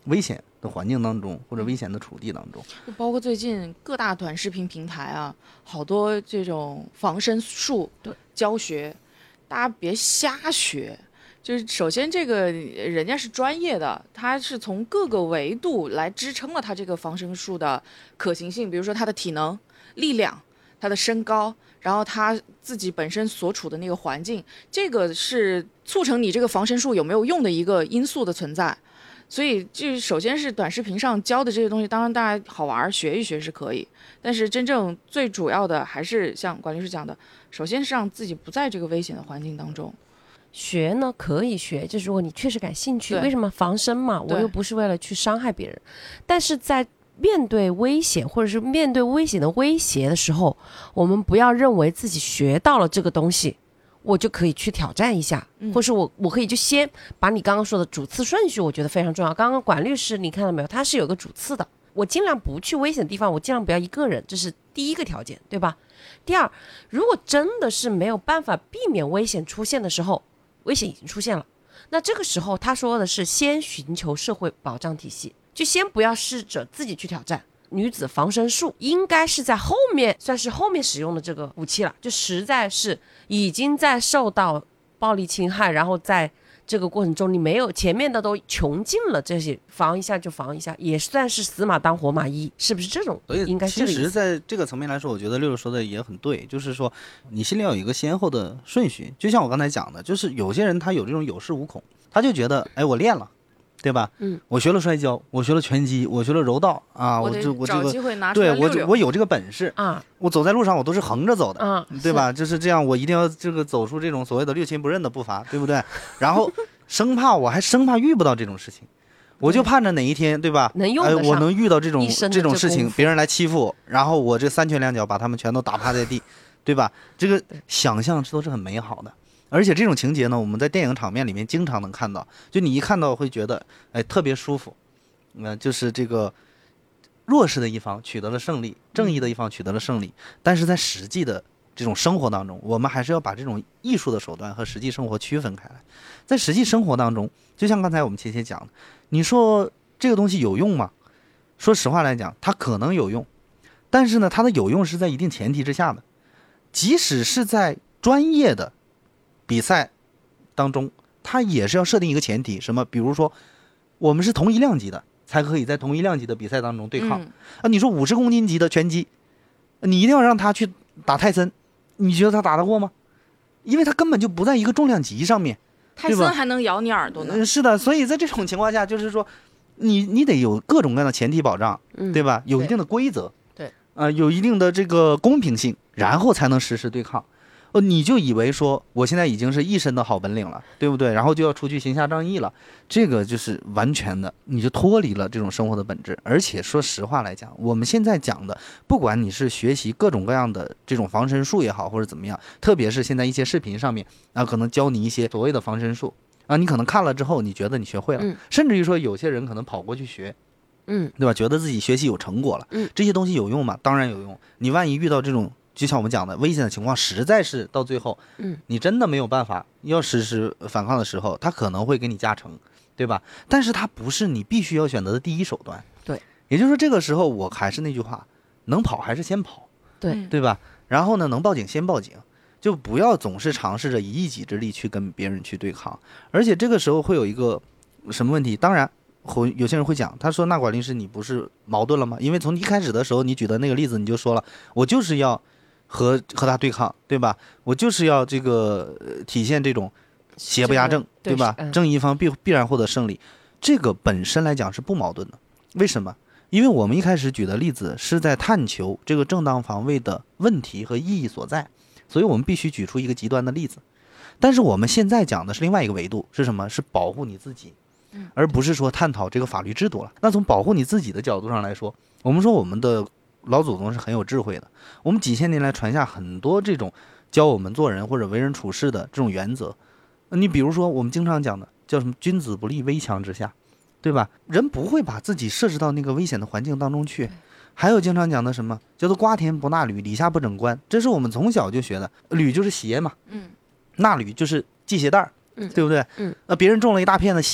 危险的环境当中，或者危险的处地当中。 就包括最近各大短视频平台啊，好多这种防身术教学，大家别瞎学。就是首先这个人家是专业的，他是从各个维度来支撑了他这个防身术的可行性，比如说他的体能、力量、他的身高，然后他自己本身所处的那个环境，这个是促成你这个防身术有没有用的一个因素的存在。所以这首先是短视频上教的这些东西，当然大家好玩学一学是可以，但是真正最主要的还是像管律师讲的，首先是让自己不在这个危险的环境当中。 学呢可以学，就是如果你确实感兴趣，为什么防身嘛，我又不是为了去伤害别人。但是在面对危险或者是面对危险的威胁的时候，我们不要认为自己学到了这个东西我就可以去挑战一下，嗯、或是我我可以就先把你刚刚说的主次顺序，我觉得非常重要。刚刚管律师你看到没有，他是有个主次的，我尽量不去危险的地方，我尽量不要一个人，这是第一个条件，对吧？第二，如果真的是没有办法避免危险出现的时候，危险已经出现了，那这个时候他说的是先寻求社会保障体系，就先不要试着自己去挑战。女子防身术应该是在后面，算是后面使用的这个武器了，就实在是已经在受到暴力侵害，然后在这个过程中你没有前面的都穷尽了，这些防一下就防一下，也算是死马当活马医，是不是这种？ 所以应该其实在这个层面来说，我觉得六六说的也很对，就是说你心里要有一个先后的顺序。就像我刚才讲的，就是有些人他有这种有恃无恐，他就觉得哎我练了，对吧？嗯，我学了摔跤，我学了拳击，我学了柔道啊，我这我这个对我我有这个本事啊，我走在路上我都是横着走的，啊，对吧？就是这样，我一定要这个走出这种所谓的六亲不认的步伐，对不对？然后生怕我还生怕遇不到这种事情，我就盼着哪一天，对吧？ 能用得上， 哎，我能遇到这种这种事情， 功夫别人来欺负我，然后我这三拳两脚把他们全都打趴在地，对吧？这个想象都是很美好的。而且这种情节呢，我们在电影场面里面经常能看到，就你一看到会觉得，哎，特别舒服。那、呃、就是这个弱势的一方取得了胜利，正义的一方取得了胜利。但是在实际的这种生活当中，我们还是要把这种艺术的手段和实际生活区分开来。在实际生活当中，就像刚才我们切切讲的，你说这个东西有用吗？说实话来讲，它可能有用，但是呢，它的有用是在一定前提之下的。即使是在专业的比赛当中，它也是要设定一个前提，什么？比如说，我们是同一量级的，才可以在同一量级的比赛当中对抗。嗯、啊，你说五十公斤级的拳击，你一定要让他去打泰森，你觉得他打得过吗？因为他根本就不在一个重量级上面。 泰森还能咬你耳朵呢。 嗯，是的，所以在这种情况下，就是说，你你得有各种各样的前提保障，嗯、对吧？有一定的规则， 对， 啊、呃，有一定的这个公平性，然后才能实施对抗。哦，你就以为说我现在已经是一身的好本领了，对不对？然后就要出去行侠仗义了，这个就是完全的，你就脱离了这种生活的本质。而且说实话来讲，我们现在讲的，不管你是学习各种各样的这种防身术也好，或者怎么样，特别是现在一些视频上面啊，可能教你一些所谓的防身术啊，你可能看了之后，你觉得你学会了，嗯、甚至于说有些人可能跑过去学。嗯，对吧？觉得自己学习有成果了，嗯，这些东西有用吗？当然有用。你万一遇到这种就像我们讲的危险的情况，实在是到最后，嗯，你真的没有办法要实施反抗的时候，他可能会给你加成，对吧？但是它不是你必须要选择的第一手段， 对。 也就是说，这个时候我还是那句话，能跑还是先跑， 对， 对吧？然后呢，能报警先报警，就不要总是尝试着以一己之力去跟别人去对抗。而且这个时候会有一个什么问题？当然。有些人会讲，他说那管律师你不是矛盾了吗？因为从一开始的时候你举的那个例子你就说了，我就是要和和他对抗，对吧？我就是要这个、呃、体现这种邪不压正，对吧？ 对， 正义一方必必然获得胜利，这个本身来讲是不矛盾的。为什么？因为我们一开始举的例子是在探求这个正当防卫的问题和意义所在，所以我们必须举出一个极端的例子。但是我们现在讲的是另外一个维度，是什么？是保护你自己。而不是说探讨这个法律制度了。那从保护你自己的角度上来说，我们说我们的老祖宗是很有智慧的，我们几千年来传下很多这种教我们做人或者为人处事的这种原则。你比如说我们经常讲的叫什么君子不立危墙之下，对吧？人不会把自己设置到那个危险的环境当中去。还有经常讲的什么叫做瓜田不纳履，里下不整冠，这是我们从小就学的。履就是鞋嘛，嗯，纳履就是系鞋带，嗯，对不对？嗯，那别人种了一大片的西瓜，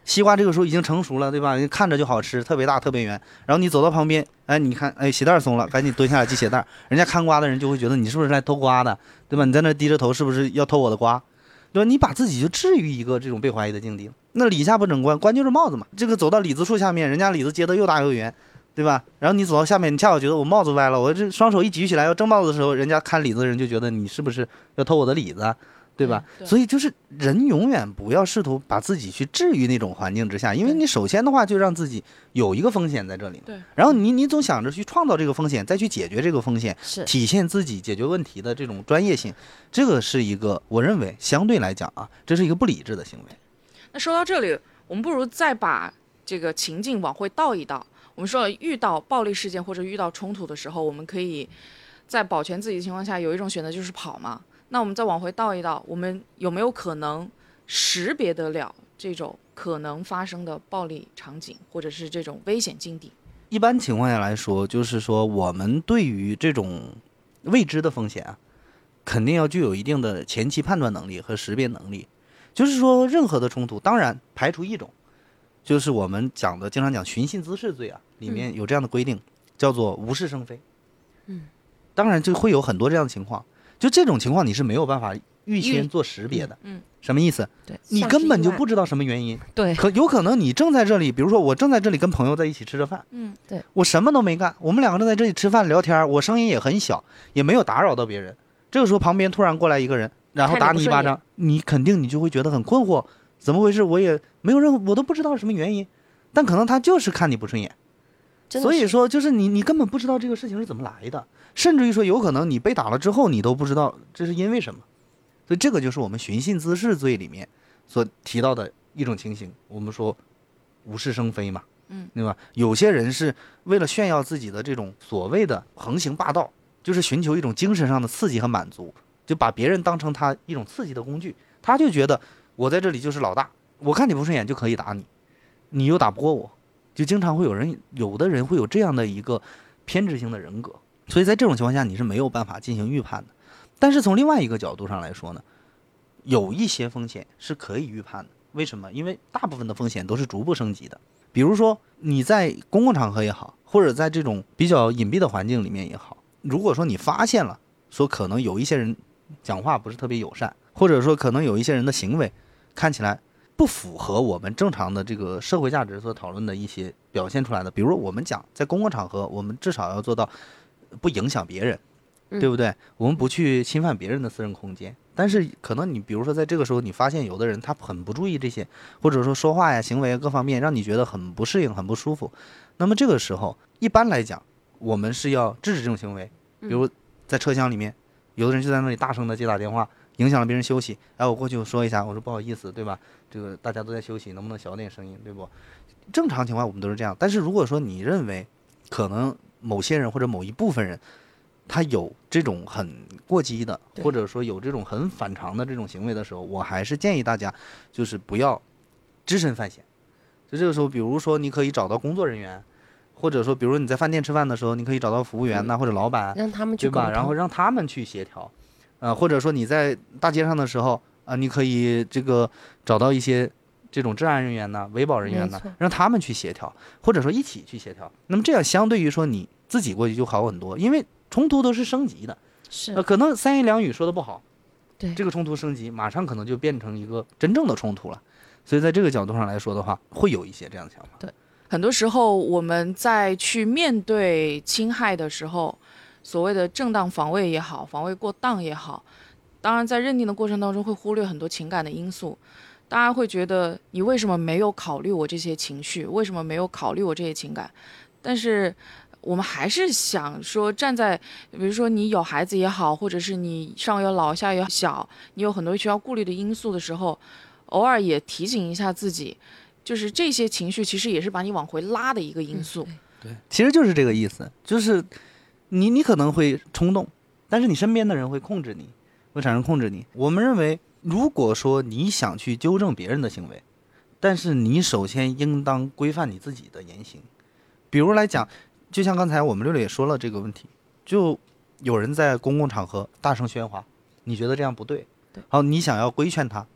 西瓜这个时候已经成熟了，对吧？看着就好吃，特别大特别圆。然后你走到旁边，哎，你看，哎，鞋带松了，赶紧蹲下来系鞋带。人家看瓜的人就会觉得你是不是来偷瓜的，对吧？你在那低着头，是不是要偷我的瓜？对吧？你把自己就置于一个这种被怀疑的境地。那李下不整官，官就是帽子嘛。这个走到李子树下面，人家李子结得又大又圆，对吧？然后你走到下面，你恰好觉得我帽子歪了，我这双手一举起来要争帽子的时候，人家看李子的人就觉得你是不是要偷我的李子？对吧？ 对对， 所以就是人永远不要试图把自己去置于那种环境之下，因为你首先的话就让自己有一个风险在这里， 对， 然后你你总想着去创造这个风险，再去解决这个风险， 是体现自己解决问题的这种专业性，这个是一个我认为相对来讲啊，这是一个不理智的行为。 那说到这里，我们不如再把这个情境往回倒一倒。我们说了，遇到暴力事件或者遇到冲突的时候，我们可以在保全自己的情况下，有一种选择就是跑嘛。那我们再往回倒一倒，我们有没有可能识别得了这种可能发生的暴力场景，或者是这种危险境地？ 一般情况下来说，就是说我们对于这种未知的风险啊，肯定要具有一定的前期判断能力和识别能力。就是说，任何的冲突，当然排除一种，就是我们讲的经常讲寻衅滋事罪啊，里面有这样的规定，叫做无事生非。 嗯， 当然就会有很多这样的情况。就这种情况，你是没有办法预先做识别的。 嗯， 什么意思？ 对， 你根本就不知道什么原因。 对， 可有可能你正在这里，比如说我正在这里跟朋友在一起吃着饭， 嗯， 对， 我什么都没干，我们两个正在这里吃饭聊天，我声音也很小，也没有打扰到别人。这个时候旁边突然过来一个人，然后打你一巴掌，你肯定你就会觉得很困惑，怎么回事？我也没有任何，我都不知道什么原因，但可能他就是看你不顺眼。所以说，就是你，你根本不知道这个事情是怎么来的，甚至于说，有可能你被打了之后，你都不知道这是因为什么。所以这个就是我们寻衅滋事罪里面所提到的一种情形。我们说无事生非嘛， 嗯， 对吧？有些人是为了炫耀自己的这种所谓的横行霸道，就是寻求一种精神上的刺激和满足，就把别人当成他一种刺激的工具。他就觉得我在这里就是老大，我看你不顺眼就可以打你，你又打不过我。就经常会有人，有的人会有这样的一个偏执性的人格，所以在这种情况下你是没有办法进行预判的。但是从另外一个角度上来说呢，有一些风险是可以预判的。为什么？因为大部分的风险都是逐步升级的。比如说你在公共场合也好，或者在这种比较隐蔽的环境里面也好，如果说你发现了说可能有一些人讲话不是特别友善，或者说可能有一些人的行为看起来不符合我们正常的这个社会价值所讨论的一些表现出来的，比如我们讲在公共场合，我们至少要做到不影响别人，对不对？我们不去侵犯别人的私人空间。但是可能你比如说在这个时候，你发现有的人他很不注意这些，或者说说话呀、行为各方面让你觉得很不适应、很不舒服。那么这个时候，一般来讲，我们是要制止这种行为。比如在车厢里面，有的人就在那里大声的接打电话，影响了别人休息。哎，我过去说一下，我说不好意思，对吧？这个大家都在休息，能不能小点声音，对不？正常情况我们都是这样。但是如果说你认为可能某些人或者某一部分人，他有这种很过激的，或者说有这种很反常的这种行为的时候，我还是建议大家就是不要只身犯险。就这个时候，比如说你可以找到工作人员，或者说比如说你在饭店吃饭的时候，你可以找到服务员呐、嗯、或者老板， 让他们去对吧？然后让他们去协调。呃，或者说你在大街上的时候啊、呃，你可以这个找到一些这种治安人员呢、维保人员呢，让他们去协调，或者说一起去协调。那么这样相对于说你自己过去就好很多，因为冲突都是升级的， 是呃，可能三言两语说的不好， 对这个冲突升级，马上可能就变成一个真正的冲突了。所以在这个角度上来说的话，会有一些这样的想法。 对，很多时候我们在去面对侵害的时候，所谓的正当防卫也好，防卫过当也好，当然在认定的过程当中会忽略很多情感的因素。大家会觉得你为什么没有考虑我这些情绪，为什么没有考虑我这些情感？但是我们还是想说，站在比如说你有孩子也好，或者是你上有老下有小，你有很多需要顾虑的因素的时候，偶尔也提醒一下自己，就是这些情绪其实也是把你往回拉的一个因素。 嗯、 对, 对，其实就是这个意思，就是你你可能会冲动，但是你身边的人会控制你，会产生控制你。我们认为，如果说你想去纠正别人的行为，但是你首先应当规范你自己的言行。比如来讲，就像刚才我们六六也说了这个问题，就有人在公共场合大声喧哗，你觉得这样不对， 对， 好，你想要规劝他，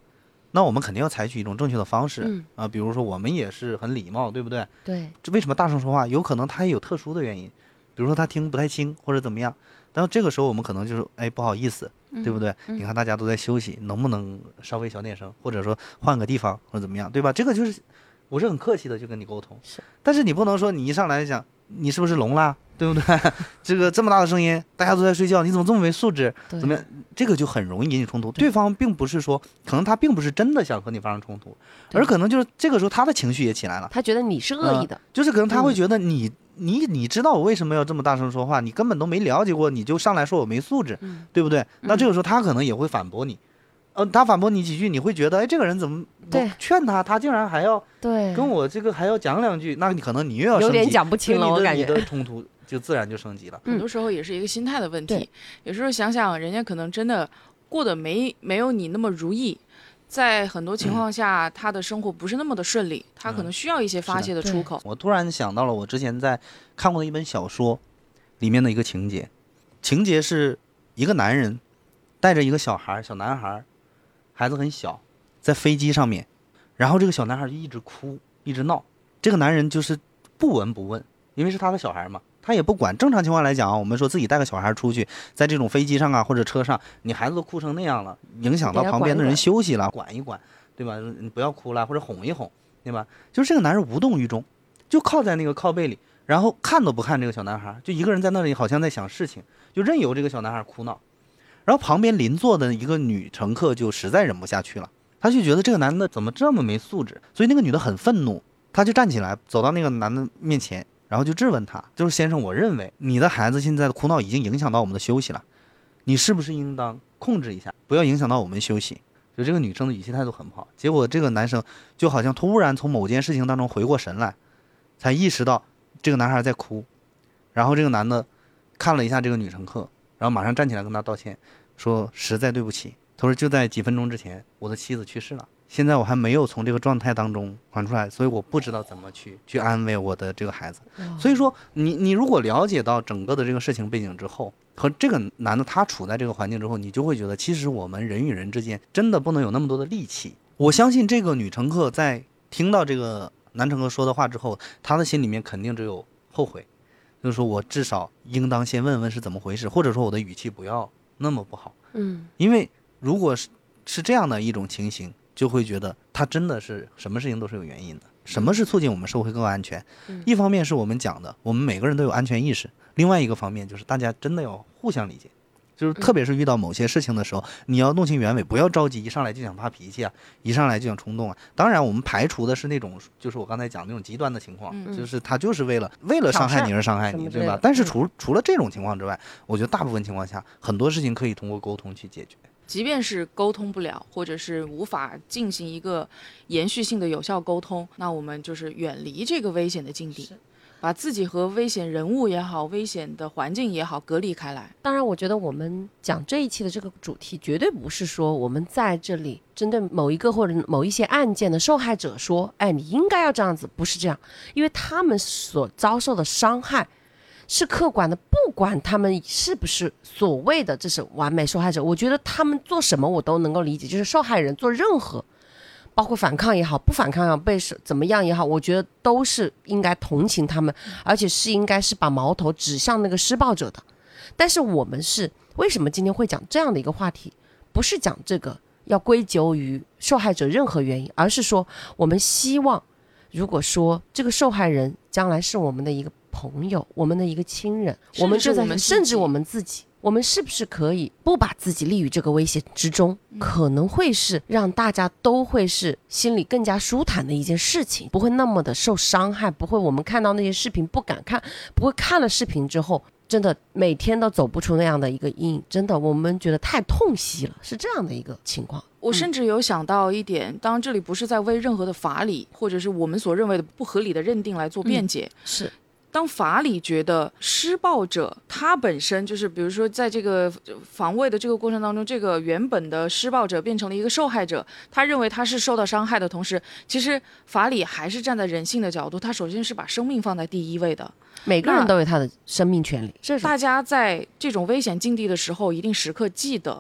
那我们肯定要采取一种正确的方式， 嗯啊，比如说我们也是很礼貌，对不对？ 对， 这为什么大声说话？有可能他也有特殊的原因，比如说他听不太清或者怎么样。但这个时候我们可能就是哎不好意思，对不对？ 嗯你看大家都在休息，能不能稍微小点声，或者说换个地方或者怎么样，对吧？这个就是我是很客气的就跟你沟通， 是但是你不能说你一上来讲你是不是聋啦，对不对？这个这么大的声音，大家都在睡觉，你怎么这么没素质？ 对怎么样？这个就很容易引起冲突。对方并不是说，可能他并不是真的想和你发生冲突， 对而可能就是这个时候他的情绪也起来了， 他觉得你是恶意的， 就是可能他会嗯觉得你。你你知道我为什么要这么大声说话？你根本都没了解过，你就上来说我没素质， 嗯对不对？那这个时候他可能也会反驳你，呃，他反驳你几句，你会觉得，哎，这个人怎么对我劝他，他竟然还要对， 跟我这个还要讲两句，那你可能你又要有生气， 点讲不清了， 对你的我感觉。 你的冲突就自然就升级了。 嗯很多时候也是一个心态的问题对。 有时候想想，人家可能真的过得没没有你那么如意，在很多情况下， 嗯他的生活不是那么的顺利，他可能需要一些发泄的出口。 我突然想到了我之前在看过的一本小说里面的一个情节，情节是一个男人带着一个小孩，小男孩，孩子很小，在飞机上面，然后这个小男孩就一直哭，一直闹，这个男人就是不闻不问，因为是他的小孩嘛。他也不管。正常情况来讲啊，我们说自己带个小孩出去，在这种飞机上啊或者车上，你孩子都哭成那样了，影响到旁边的人休息了，管一管，对吧？你不要哭了，或者哄一哄，对吧？就是这个男人无动于衷，就靠在那个靠背里，然后看都不看这个小男孩，就一个人在那里，好像在想事情，就任由这个小男孩哭闹。然后旁边邻座的一个女乘客就实在忍不下去了，她就觉得这个男的怎么这么没素质，所以那个女的很愤怒，她就站起来走到那个男的面前，然后就质问他，就是先生，我认为你的孩子现在的哭闹已经影响到我们的休息了，你是不是应当控制一下，不要影响到我们休息。就这个女生的语气态度很不好，结果这个男生就好像突然从某件事情当中回过神来，才意识到这个男孩在哭，然后这个男的看了一下这个女乘客，然后马上站起来跟他道歉，说实在对不起，他说就在几分钟之前我的妻子去世了，现在我还没有从这个状态当中缓出来，所以我不知道怎么去去安慰我的这个孩子。所以说你你如果了解到整个的这个事情背景之后，和这个男的他处在这个环境之后，你就会觉得其实我们人与人之间真的不能有那么多的戾气。我相信这个女乘客在听到这个男乘客说的话之后，她的心里面肯定只有后悔，就是说我至少应当先问问是怎么回事，或者说我的语气不要那么不好。 嗯， 因为如果是是这样的一种情形，就会觉得他真的是什么事情都是有原因的。什么是促进我们社会更安全？ 嗯一方面是我们讲的，我们每个人都有安全意识；另外一个方面就是大家真的要互相理解。就是特别是遇到某些事情的时候，你要弄清原委，不要着急，一上来就想发脾气啊，一上来就想冲动啊。当然，我们排除的是那种，就是我刚才讲那种极端的情况， 嗯就是他就是为了为了伤害你而伤害你，对吧？但是除除了这种情况之外，我觉得大部分情况下，很多事情可以通过沟通去解决。 即便是沟通不了，或者是无法进行一个延续性的有效沟通，那我们就是远离这个危险的境地，把自己和危险人物也好，危险的环境也好隔离开来。 当然，我觉得我们讲这一期的这个主题，绝对不是说我们在这里针对某一个或者某一些案件的受害者说，哎，你应该要这样子，不是这样，因为他们所遭受的伤害是客观的，不管他们是不是所谓的这是完美受害者，我觉得他们做什么我都能够理解，就是受害人做任何，包括反抗也好，不反抗也好，被怎么样也好，我觉得都是应该同情他们，而且是应该是把矛头指向那个施暴者的。但是我们是为什么今天会讲这样的一个话题，不是讲这个要归咎于受害者任何原因，而是说我们希望，如果说这个受害人将来是我们的一个朋友，我们的一个亲人，我们就在甚至我们自己，我们是不是可以不把自己立于这个危险之中，可能会是让大家都会是心里更加舒坦的一件事情，不会那么的受伤害，不会我们看到那些视频不敢看，不会看了视频之后真的每天都走不出那样的一个阴影，真的我们觉得太痛惜了，是这样的一个情况。 我甚至有想到一点，当然这里不是在为任何的法理或者是我们所认为的不合理的认定来做辩解， 嗯、是当法理觉得施暴者他本身就是，比如说在这个防卫的这个过程当中，这个原本的施暴者变成了一个受害者，他认为他是受到伤害的同时，其实法理还是站在人性的角度，他首先是把生命放在第一位的。 每个人都有他的生命权利， 大家在这种危险境地的时候，一定时刻记得，不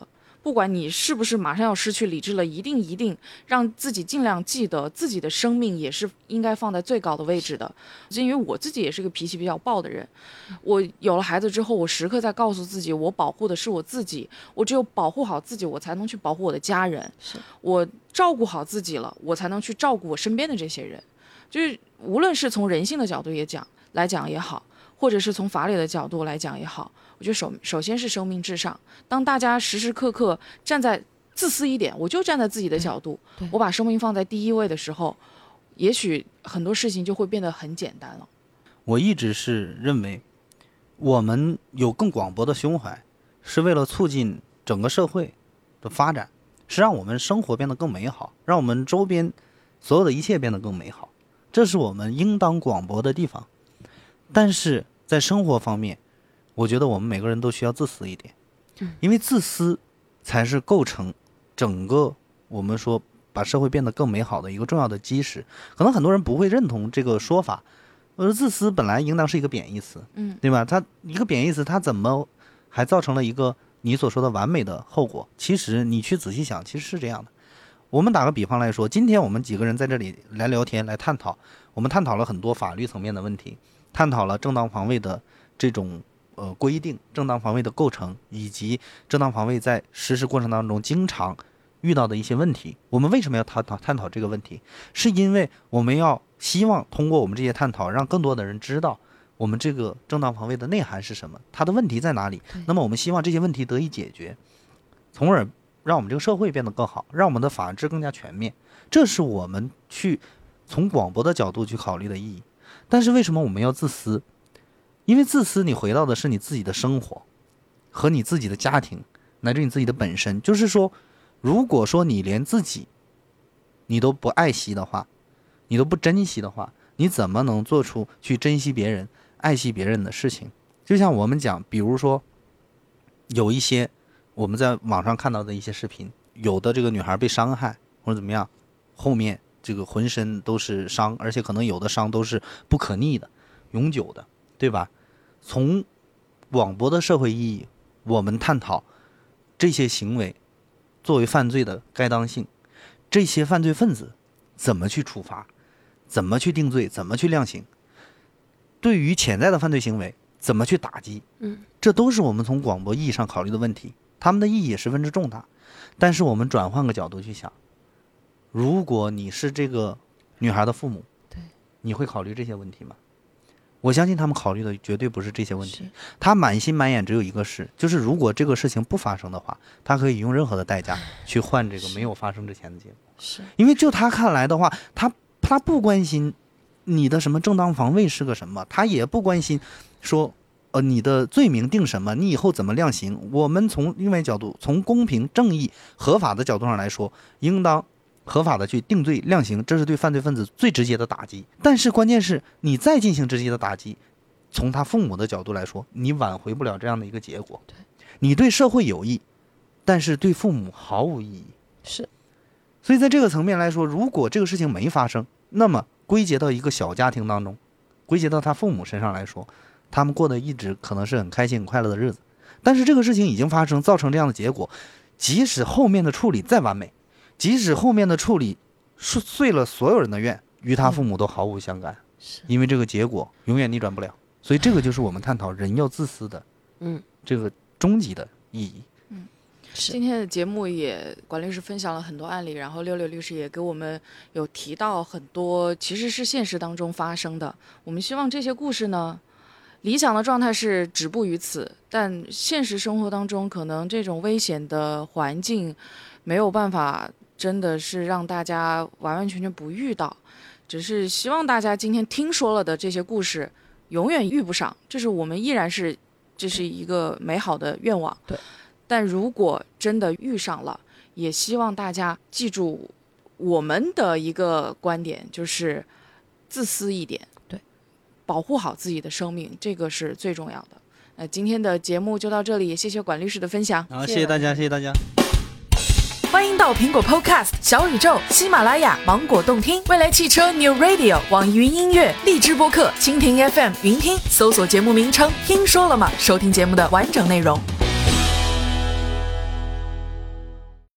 不管你是不是马上要失去理智了，一定一定让自己尽量记得自己的生命也是应该放在最高的位置的。因为我自己也是个脾气比较暴的人，我有了孩子之后，我时刻在告诉自己，我保护的是我自己，我只有保护好自己，我才能去保护我的家人。我照顾好自己了，我才能去照顾我身边的这些人。就是无论是从人性的角度也讲来讲也好，或者是从法理的角度来讲也好，我觉得首首先是生命至上。当大家时时刻刻站在自私一点，我就站在自己的角度，我把生命放在第一位的时候，也许很多事情就会变得很简单了。 我一直是认为，我们有更广博的胸怀，是为了促进整个社会的发展，是让我们生活变得更美好，让我们周边所有的一切变得更美好，这是我们应当广博的地方。但是在生活方面，我觉得我们每个人都需要自私一点，因为自私才是构成整个我们说把社会变得更美好的一个重要的基石。可能很多人不会认同这个说法，我说自私本来应当是一个贬义词，嗯，对吧？它一个贬义词，它怎么还造成了一个你所说的完美的后果？其实你去仔细想，其实是这样的。我们打个比方来说，今天我们几个人在这里来聊天来探讨，我们探讨了很多法律层面的问题，探讨了正当防卫的这种呃规定，正当防卫的构成，以及正当防卫在实施过程当中经常遇到的一些问题。我们为什么要探讨探讨这个问题？是因为我们要希望通过我们这些探讨，让更多的人知道我们这个正当防卫的内涵是什么，它的问题在哪里。那么我们希望这些问题得以解决，从而让我们这个社会变得更好，让我们的法治更加全面。这是我们去从广博的角度去考虑的意义。但是为什么我们要自私？因为自私你回到的是你自己的生活和你自己的家庭，乃至你自己的本身。就是说，如果说你连自己你都不爱惜的话，你都不珍惜的话，你怎么能做出去珍惜别人爱惜别人的事情？就像我们讲，比如说有一些我们在网上看到的一些视频，有的这个女孩被伤害或者怎么样，后面这个浑身都是伤，而且可能有的伤都是不可逆的永久的，对吧？从广博的社会意义，我们探讨这些行为作为犯罪的该当性，这些犯罪分子怎么去处罚，怎么去定罪，怎么去量刑，对于潜在的犯罪行为怎么去打击，嗯，这都是我们从广博意义上考虑的问题，他们的意义也十分之重大。但是我们转换个角度去想，如果你是这个女孩的父母，对，你会考虑这些问题吗？我相信他们考虑的绝对不是这些问题，他满心满眼只有一个事，就是如果这个事情不发生的话，他可以用任何的代价去换这个没有发生之前的结果。是，因为就他看来的话，他他不关心你的什么正当防卫是个什么，他也不关心说呃你的罪名定什么，你以后怎么量刑。我们从另外角度，从公平正义合法的角度上来说，应当合法的去定罪量刑，这是对犯罪分子最直接的打击。但是关键是你再进行直接的打击，从他父母的角度来说，你挽回不了这样的一个结果。你对社会有益，但是对父母毫无意义。 是， 所以在这个层面来说，如果这个事情没发生，那么归结到一个小家庭当中，归结到他父母身上来说，他们过得一直可能是很开心很快乐的日子。但是这个事情已经发生，造成这样的结果，即使后面的处理再完美，即使后面的处理遂了所有人的愿，与他父母都毫无相干，因为这个结果永远逆转不了。所以这个就是我们探讨人要自私的，嗯，这个终极的意义。 嗯，今天的节目也管律师分享了很多案例，然后六六律师也给我们有提到很多其实是现实当中发生的。我们希望这些故事呢，理想的状态是止步于此，但现实生活当中可能这种危险的环境没有办法真的是让大家完完全全不遇到，只是希望大家今天听说了的这些故事永远遇不上，这是我们依然是这是一个美好的愿望。对，但如果真的遇上了，也希望大家记住我们的一个观点，就是自私一点，对，保护好自己的生命，这个是最重要的。那今天的节目就到这里，谢谢管律师的分享。 好，谢谢大家，谢谢大家。 欢迎到苹果 Podcast、小宇宙、喜马拉雅、芒果动听、未来汽车 New Radio、网易云音乐、荔枝播客、蜻蜓 F M、云听，搜索节目名称听说了吗，收听节目的完整内容。